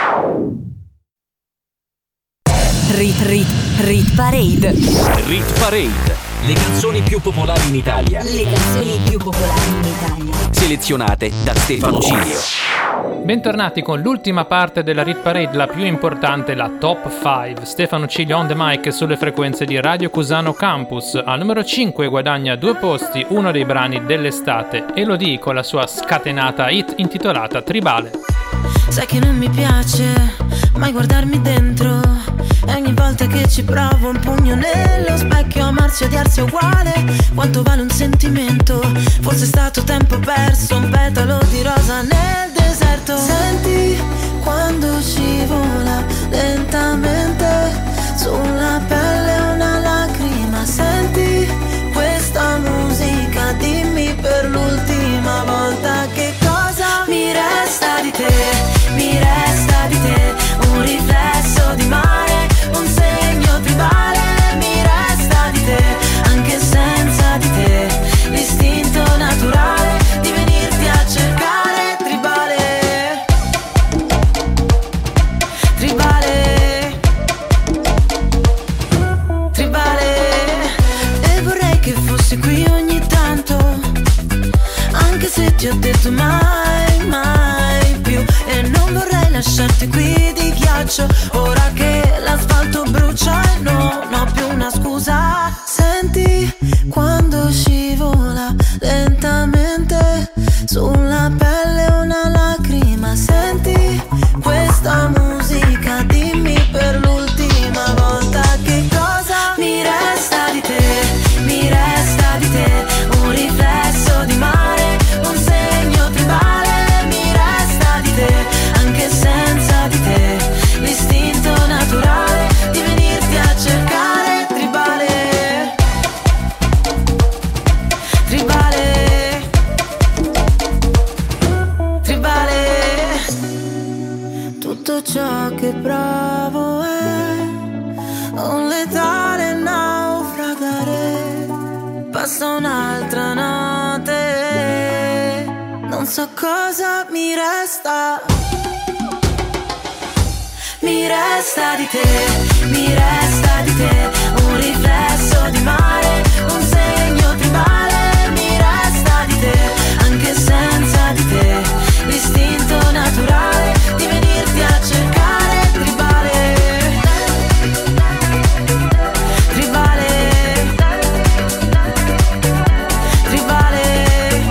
Rit Parade.
Rit Parade. Le canzoni più popolari in Italia.
Le canzoni più popolari in Italia.
Selezionate da Stefano Cilio.
Bentornati con l'ultima parte della Rit Parade, la più importante, la Top 5. Stefano Cilio on the mic sulle frequenze di Radio Cusano Campus. Al numero 5 guadagna 2 posti uno dei brani dell'estate, Elodie con la sua scatenata hit intitolata Tribale.
Sai che non mi piace mai guardarmi dentro, e ogni volta che ci provo un pugno nello specchio. Amarsi e odiarsi è uguale, quanto vale un sentimento? Forse è stato tempo perso, un petalo di rosa nel deserto. Senti quando scivola lentamente sulla pelle una lacrima. Senti questa musica, dimmi per l'ultima volta che cosa mi resta di te. Mi resta di te un riflesso di mare, un segno tribale. Mi resta di te anche senza di te, l'istinto naturale di venirti a cercare. Tribale, tribale, tribale. E vorrei che fossi qui ogni tanto, anche se ti ho detto mai, mai più. E non vorrei lasciarti qui di ghiaccio, ora che l'asfalto brucia e non ho più una scusa. Senti quando scivola lentamente sulla pelle una lacrima. Senti questa musica, dimmi per l'ultima volta che cosa mi resta di te. Mi resta di te un riflesso di mare, un segno tribale. Mi resta di te anche senza di te, l'istinto naturale di venirti a cercare. Tribale, tribale, tribale. Tutto ciò che provo è un letale naufragare. Passa un'altra notte, non non so cosa mi resta. Mi resta di te, mi resta di te, un riflesso di mare, un segno tribale. Mi resta di te, anche senza di te, l'istinto naturale di venirti a cercare. Tribale, tribale, tribale,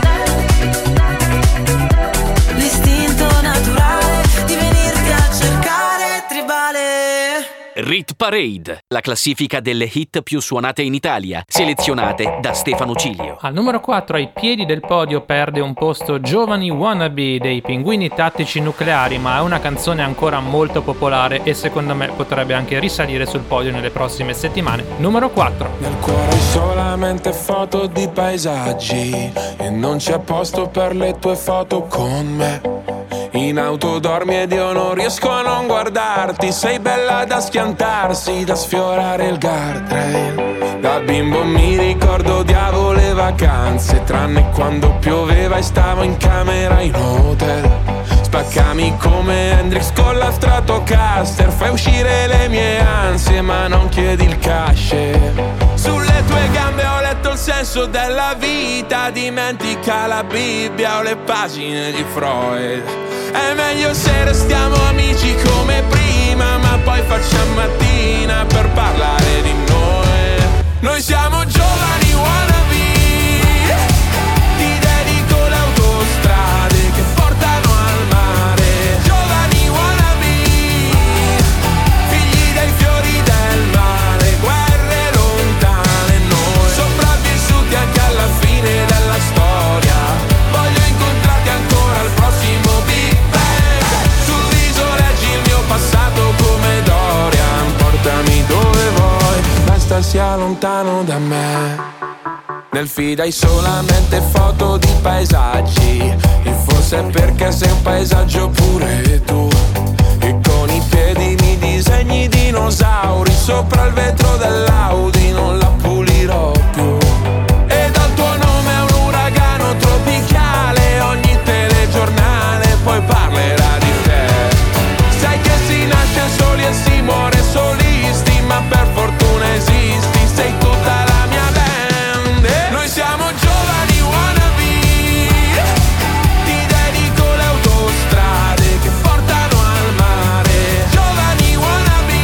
l'istinto naturale di venirti a cercare. Tribale.
Rit Parade, la classifica delle hit più suonate in Italia, selezionate da Stefano Cilio.
Al numero 4, ai piedi del podio, perde un posto Giovani Wannabe dei Pinguini Tattici Nucleari, ma è una canzone ancora molto popolare e secondo me potrebbe anche risalire sul podio nelle prossime settimane. Numero 4.
Nel cuore solamente foto di paesaggi e non c'è posto per le tue foto con me. In auto dormi ed io non riesco a non guardarti. Sei bella da schiantarsi, da sfiorare il guardrail. Da bimbo mi ricordo odiavo le vacanze, tranne quando pioveva e stavo in camera in hotel. Spaccami come Hendrix con la Stratocaster, fai uscire le mie ansie ma non chiedi il cash. Sulle tue gambe ho letto il senso della vita, dimentica la Bibbia o le pagine di Freud. È meglio se restiamo amici come prima, ma poi facciamo mattina per parlare di noi. Noi siamo giovani wannabe, ti dedico le autostrade che portano al mare. Giovani wannabe, figli dei fiori del mare, guerre lontane noi, sopravvissuti anche alla fine della storia. Voglio incontrarti ancora al prossimo Big Bang. Sul viso leggi il mio passato come Dorian. Portami dove vuoi, basta sia lontano da me. Nel feed hai solamente foto di paesaggi, e forse è perché sei un paesaggio pure tu. E con i piedi mi disegni dinosauri sopra il vetro dell'Audi, non la pulirò più. E dal tuo nome è un uragano tropicale, ogni telegiornale poi parlerà di te. Sai che si nasce soli e si muore solisti, ma per fortuna esisti, sei tutta la mia band. Noi siamo giovani wannabe, ti dedico le autostrade che portano al mare. Giovani wannabe,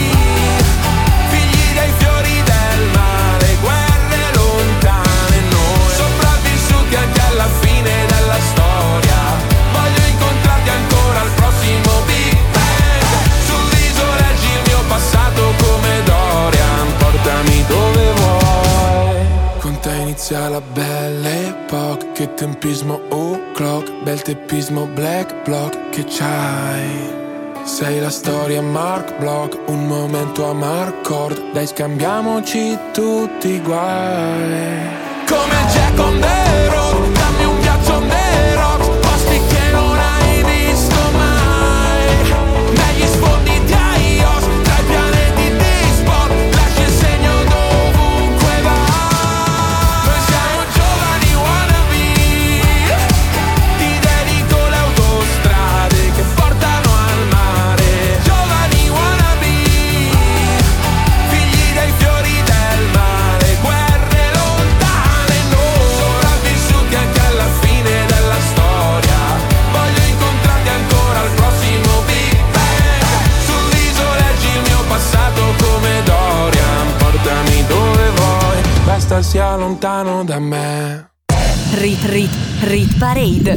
figli dei fiori del mare, guerre lontane noi, sopravvissuti anche alla fine della storia. Voglio incontrarti ancora al prossimo Big Bang. Sul viso leggi il mio passato come Dorian. Portami dove vuoi, con te inizia la belle epoca. Che tempismo o'clock, bel teppismo black block che c'hai. Sei la storia Mark Block, un momento a Marcord. Dai scambiamoci tutti i guai. Come Jack on the road, dammi un viaggio on the rocks, posti che non hai visto mai. Negli sfondi di iOS, tra i pianeti di sport, lasci il segno dovunque vai. Noi siamo giovani wannabe, ti dedico le autostrade che portano al mare. Giovani wannabe, figli dei fiori del mare, guerre lontane noi, sopravvissuti anche alla fine della storia. Voglio incontrarti ancora al prossimo Big Bang. Sul viso leggi il mio passato come Dorian. Portami dove vuoi, basta sia lontano da me.
Rit Parade.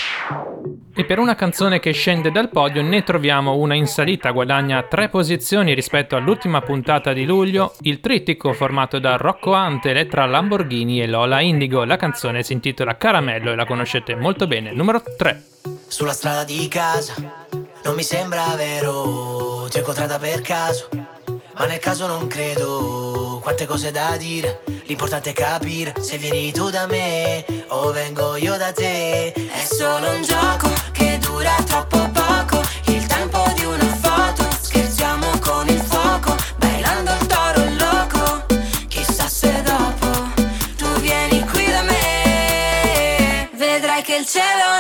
E per una canzone che scende dal podio ne troviamo una in salita, guadagna 3 posizioni rispetto all'ultima puntata di luglio, il trittico formato da Rocco Hunt, Elettra Lamborghini e Lola Indigo. La canzone si intitola Caramello e la conoscete molto bene. Numero 3.
Sulla strada di casa, non mi sembra vero, ti ho incontrata per caso, ma nel caso non credo, quante cose da dire, l'importante è capire se vieni tu da me o vengo io da te.
È solo un gioco che dura troppo poco, il tempo di una foto, scherziamo con il fuoco, bailando il toro loco, chissà se dopo tu vieni qui da me, vedrai che il cielo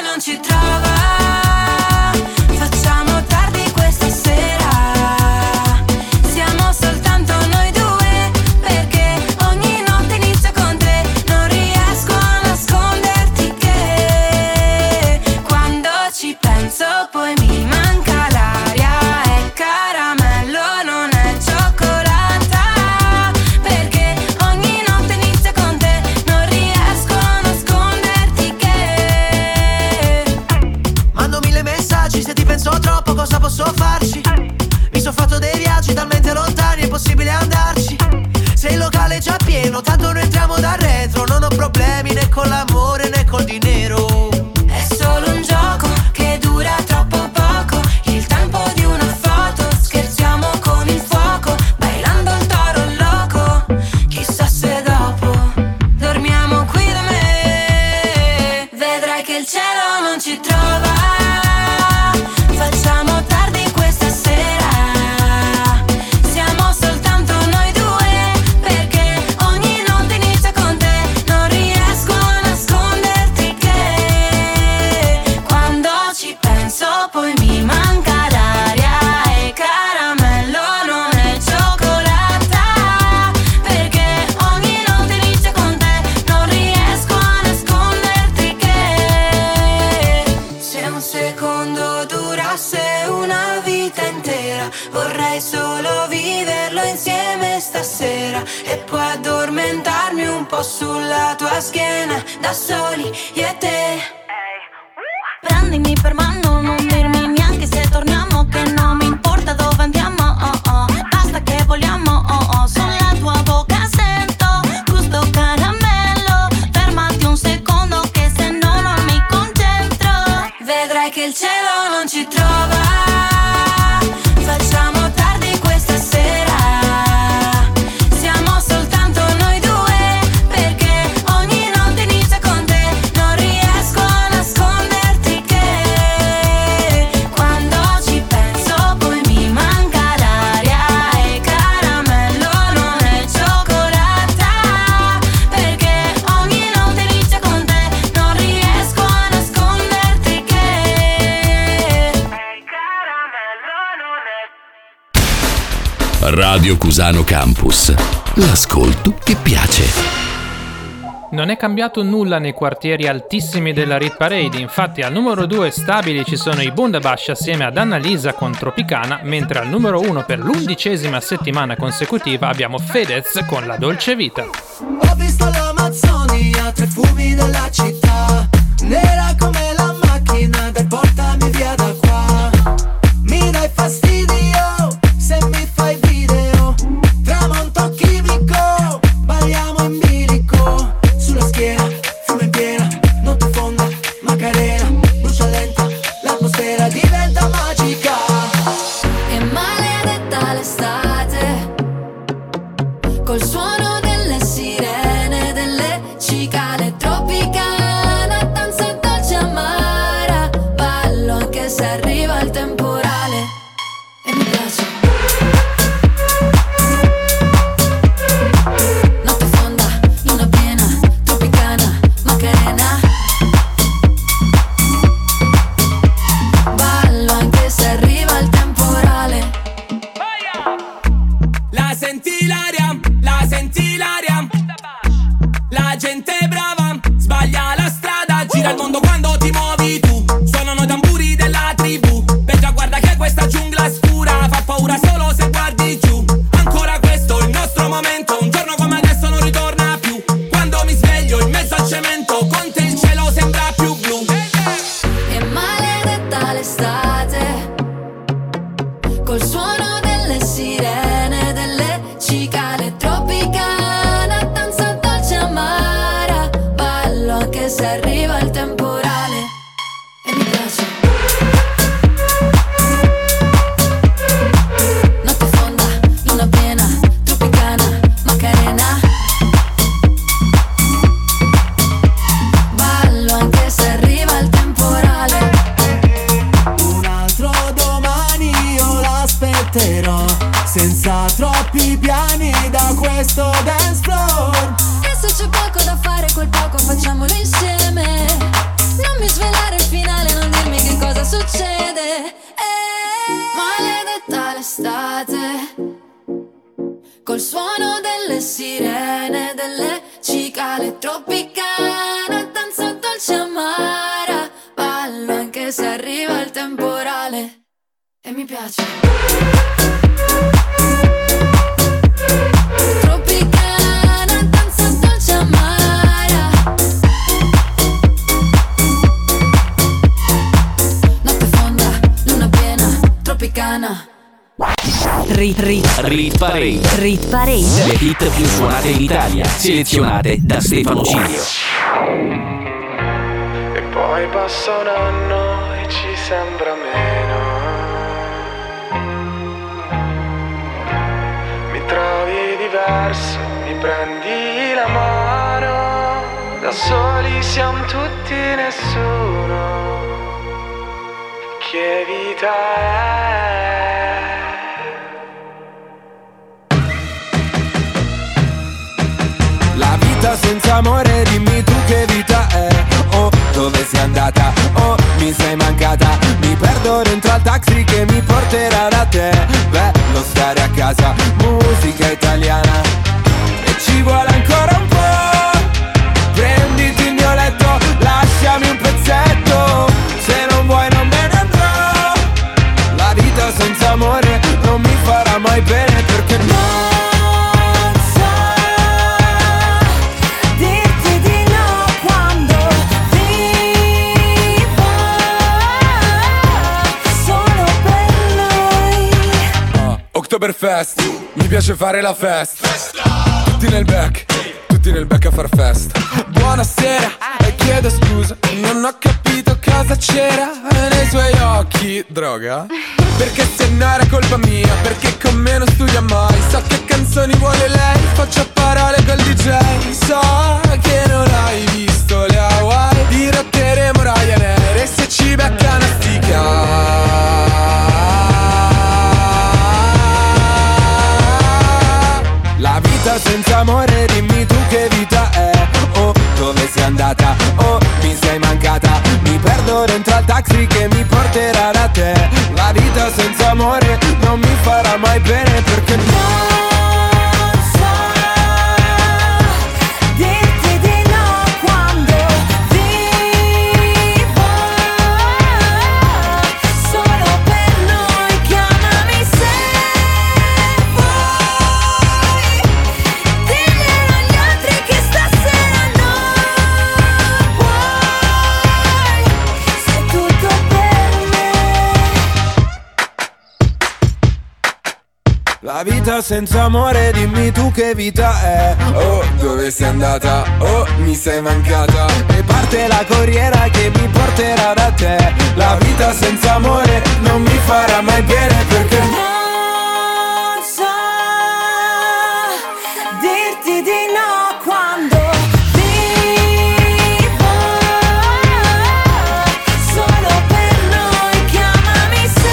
poi mi manca l'aria. È caramello, non è cioccolata, perché ogni notte inizia con te, non riesco a nasconderti che
mando 1000 messaggi, se ti penso troppo cosa posso farci? Mi son fatto dei viaggi talmente lontani, è possibile andarci. Se il locale è già pieno, tanto noi entriamo da retro. Non ho problemi né con l'amore né col dinero.
è solo un gioco che dura troppo poco, il tempo di una foto, scherziamo con il fuoco, bailando il toro loco. Chissà se dopo dormiamo qui da me, vedrai che il cielo non ci trova. Facciamo tardi questa sera, siamo soltanto noi due, perché ogni notte inizia con te, non riesco a nasconderti che quando ci penso poi mi manca l'aria. E caramello, non è cioccolata, perché ogni notte inizia con te, non riesco a nasconderti che se un secondo durasse una vita intera, vorrei solo viverlo insieme stasera e poi addormentarmi un po' sulla tua schiena, da soli io e te. Prendimi per mano, non dirmi neanche se torniamo, che non mi importa dove andiamo, oh oh. Basta che vogliamo, oh oh. Sulla tua bocca sento gusto caramello, fermati un secondo che se no non mi concentro, vedrai che il cielo non ci trova. Facciamo tardi questa sera, siamo soltanto noi due, perché ogni notte inizia con te, non riesco a nasconderti che quando ci penso poi mi manca l'aria. E caramello, non è cioccolata, perché ogni notte inizia con te, non riesco a nasconderti che
Radio Cusano Campus. L'ascolto che piace.
Non è cambiato nulla nei quartieri altissimi della Rit Parade, infatti al numero 2 stabili ci sono i Bundabash assieme ad Annalisa con Tropicana, mentre al numero 1 per l'11ª settimana consecutiva abbiamo Fedez con La Dolce Vita.
Ho visto l'Amazzonia, tre fumi della città, nera come la macchina del portami via da qua. Mi dai fastidio se mi fai video, tramonto chimico, balliamo in bilico, sulla schiena, fumo in piena, notte fonda, Macarena, brucia lenta, l'atmosfera diventa magica.
E maledetta l'estate, col suono delle sirene, delle cicale tropicana, danza dolce amara, ballo anche se arriva il temporale. E mi piace. Notte fonda, luna piena, tropicana, Macarena, ballo anche se arriva il temporale.
La senti l'aria, la gente è brava, sbaglia la strada, gira il mondo quando ti muovi tu, suonano i tamburi della tribù, Petra guarda che questa giungla scura fa paura solo se guardi giù, ancora questo è il nostro momento, un giorno come adesso non ritorna più, quando mi sveglio in mezzo al cemento, con te il cielo sembra più blu.
E maledetta l'estate, col suono delle sirene, delle cicale tropicana, danza dolce amara, ballo anche se arriva il temporale. E mi piace. Notte fonda, luna piena, tropicana, Macarena, ballo anche se arriva il temporale.
Un altro domani io l'aspetterò, senza troppi piani da questo dance floor.
E se c'è poco da fare, quel poco facciamolo insieme. Non mi svelare il finale, non dirmi che cosa succede. Maledetta l'estate, col suono delle sirene, delle cicale tropicana, danza dolce amara, ballo anche se arriva il tempo. tropicale e mi piace. Tropicana, danza dolce amara. Notte fonda, luna piena, tropicana.
Rit Parade.
Rit Parade.
Le hit più suonate in Italia, selezionate da Stefano Cilio.
E poi passa un anno e ci sembra meno. Mi trovi diverso, mi prendi la mano. Da soli siamo tutti, nessuno. Che vita è?
La vita senza amore, dimmi tu che vita è. Oh, dove sei andata? Oh, mi sei mancata. Mi perdo dentro al taxi che mi porterà da te. Bello stare a casa, musica italiana. E ci vuole ancora un po'. Prenditi il mio letto, lasciami un pezzetto. Se non vuoi non me ne andrò. La vita senza amore non mi farà mai bene, perché no. Oktoberfest, mi piace fare la festa. Tutti nel back a far festa. Buonasera e chiedo scusa, non ho capito cosa c'era nei suoi occhi. Droga? Perché se no era colpa mia, perché con me non studia mai. So che canzoni vuole lei, faccio parole col DJ. So che non hai visto le Hawaii, dirotteremo Ryanair e se ci becca una stica. La vita senza amore, dimmi tu che vita è. Oh, dove sei andata? Oh, mi sei mancata. Mi perdo dentro al taxi che mi porterà da te. La vita senza amore non mi farà mai bene, perché no. La vita senza amore, dimmi tu che vita è. Oh, dove sei andata? Oh, mi sei mancata. E parte la corriera che mi porterà da te. La vita senza amore non mi farà mai bene, perché
non so dirti di no quando vivo solo per noi. Chiamami se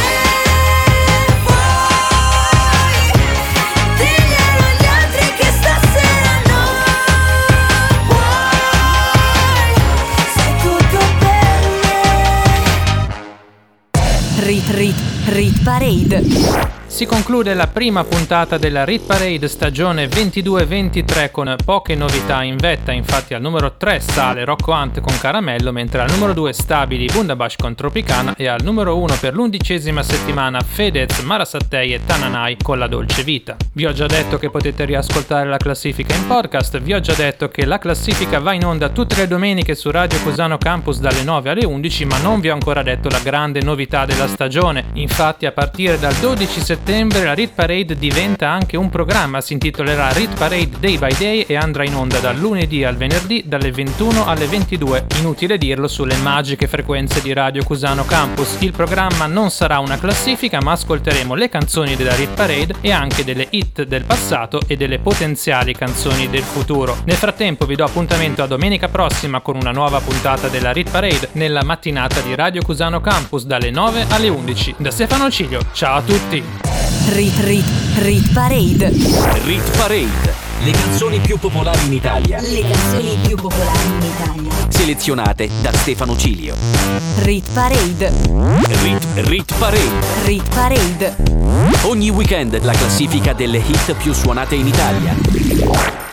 Rit Parade.
Si conclude la prima puntata della Rit Parade stagione 22-23 con poche novità in vetta. Infatti al numero 3 sale Rocco Hunt con Caramello, mentre al numero 2 stabili Bundabash con Tropicana e al numero 1 per l'11ª settimana Fedez, Mara Sattei e Tananai con La Dolce Vita. Vi ho già detto che potete riascoltare la classifica in podcast, vi ho già detto che la classifica va in onda tutte le domeniche su Radio Cusano Campus dalle 9 alle 11, ma non vi ho ancora detto la grande novità della stagione. Infatti a partire dal 12 settembre la Rit Parade diventa anche un programma, si intitolerà Rit Parade Day by Day e andrà in onda dal lunedì al venerdì dalle 21 alle 22. Inutile dirlo sulle magiche frequenze di Radio Cusano Campus. Il programma non sarà una classifica, ma ascolteremo le canzoni della Rit Parade e anche delle hit del passato e delle potenziali canzoni del futuro. Nel frattempo vi do appuntamento a domenica prossima con una nuova puntata della Rit Parade nella mattinata di Radio Cusano Campus dalle 9 alle 11. Da Stefano Cilio, ciao a tutti!
Rit Parade.
Rit Parade. Le canzoni più popolari in Italia.
Le canzoni più popolari in Italia.
Selezionate da Stefano Cilio.
Rit Parade.
Rit Parade.
Rit Parade.
Ogni weekend la classifica delle hit più suonate in Italia.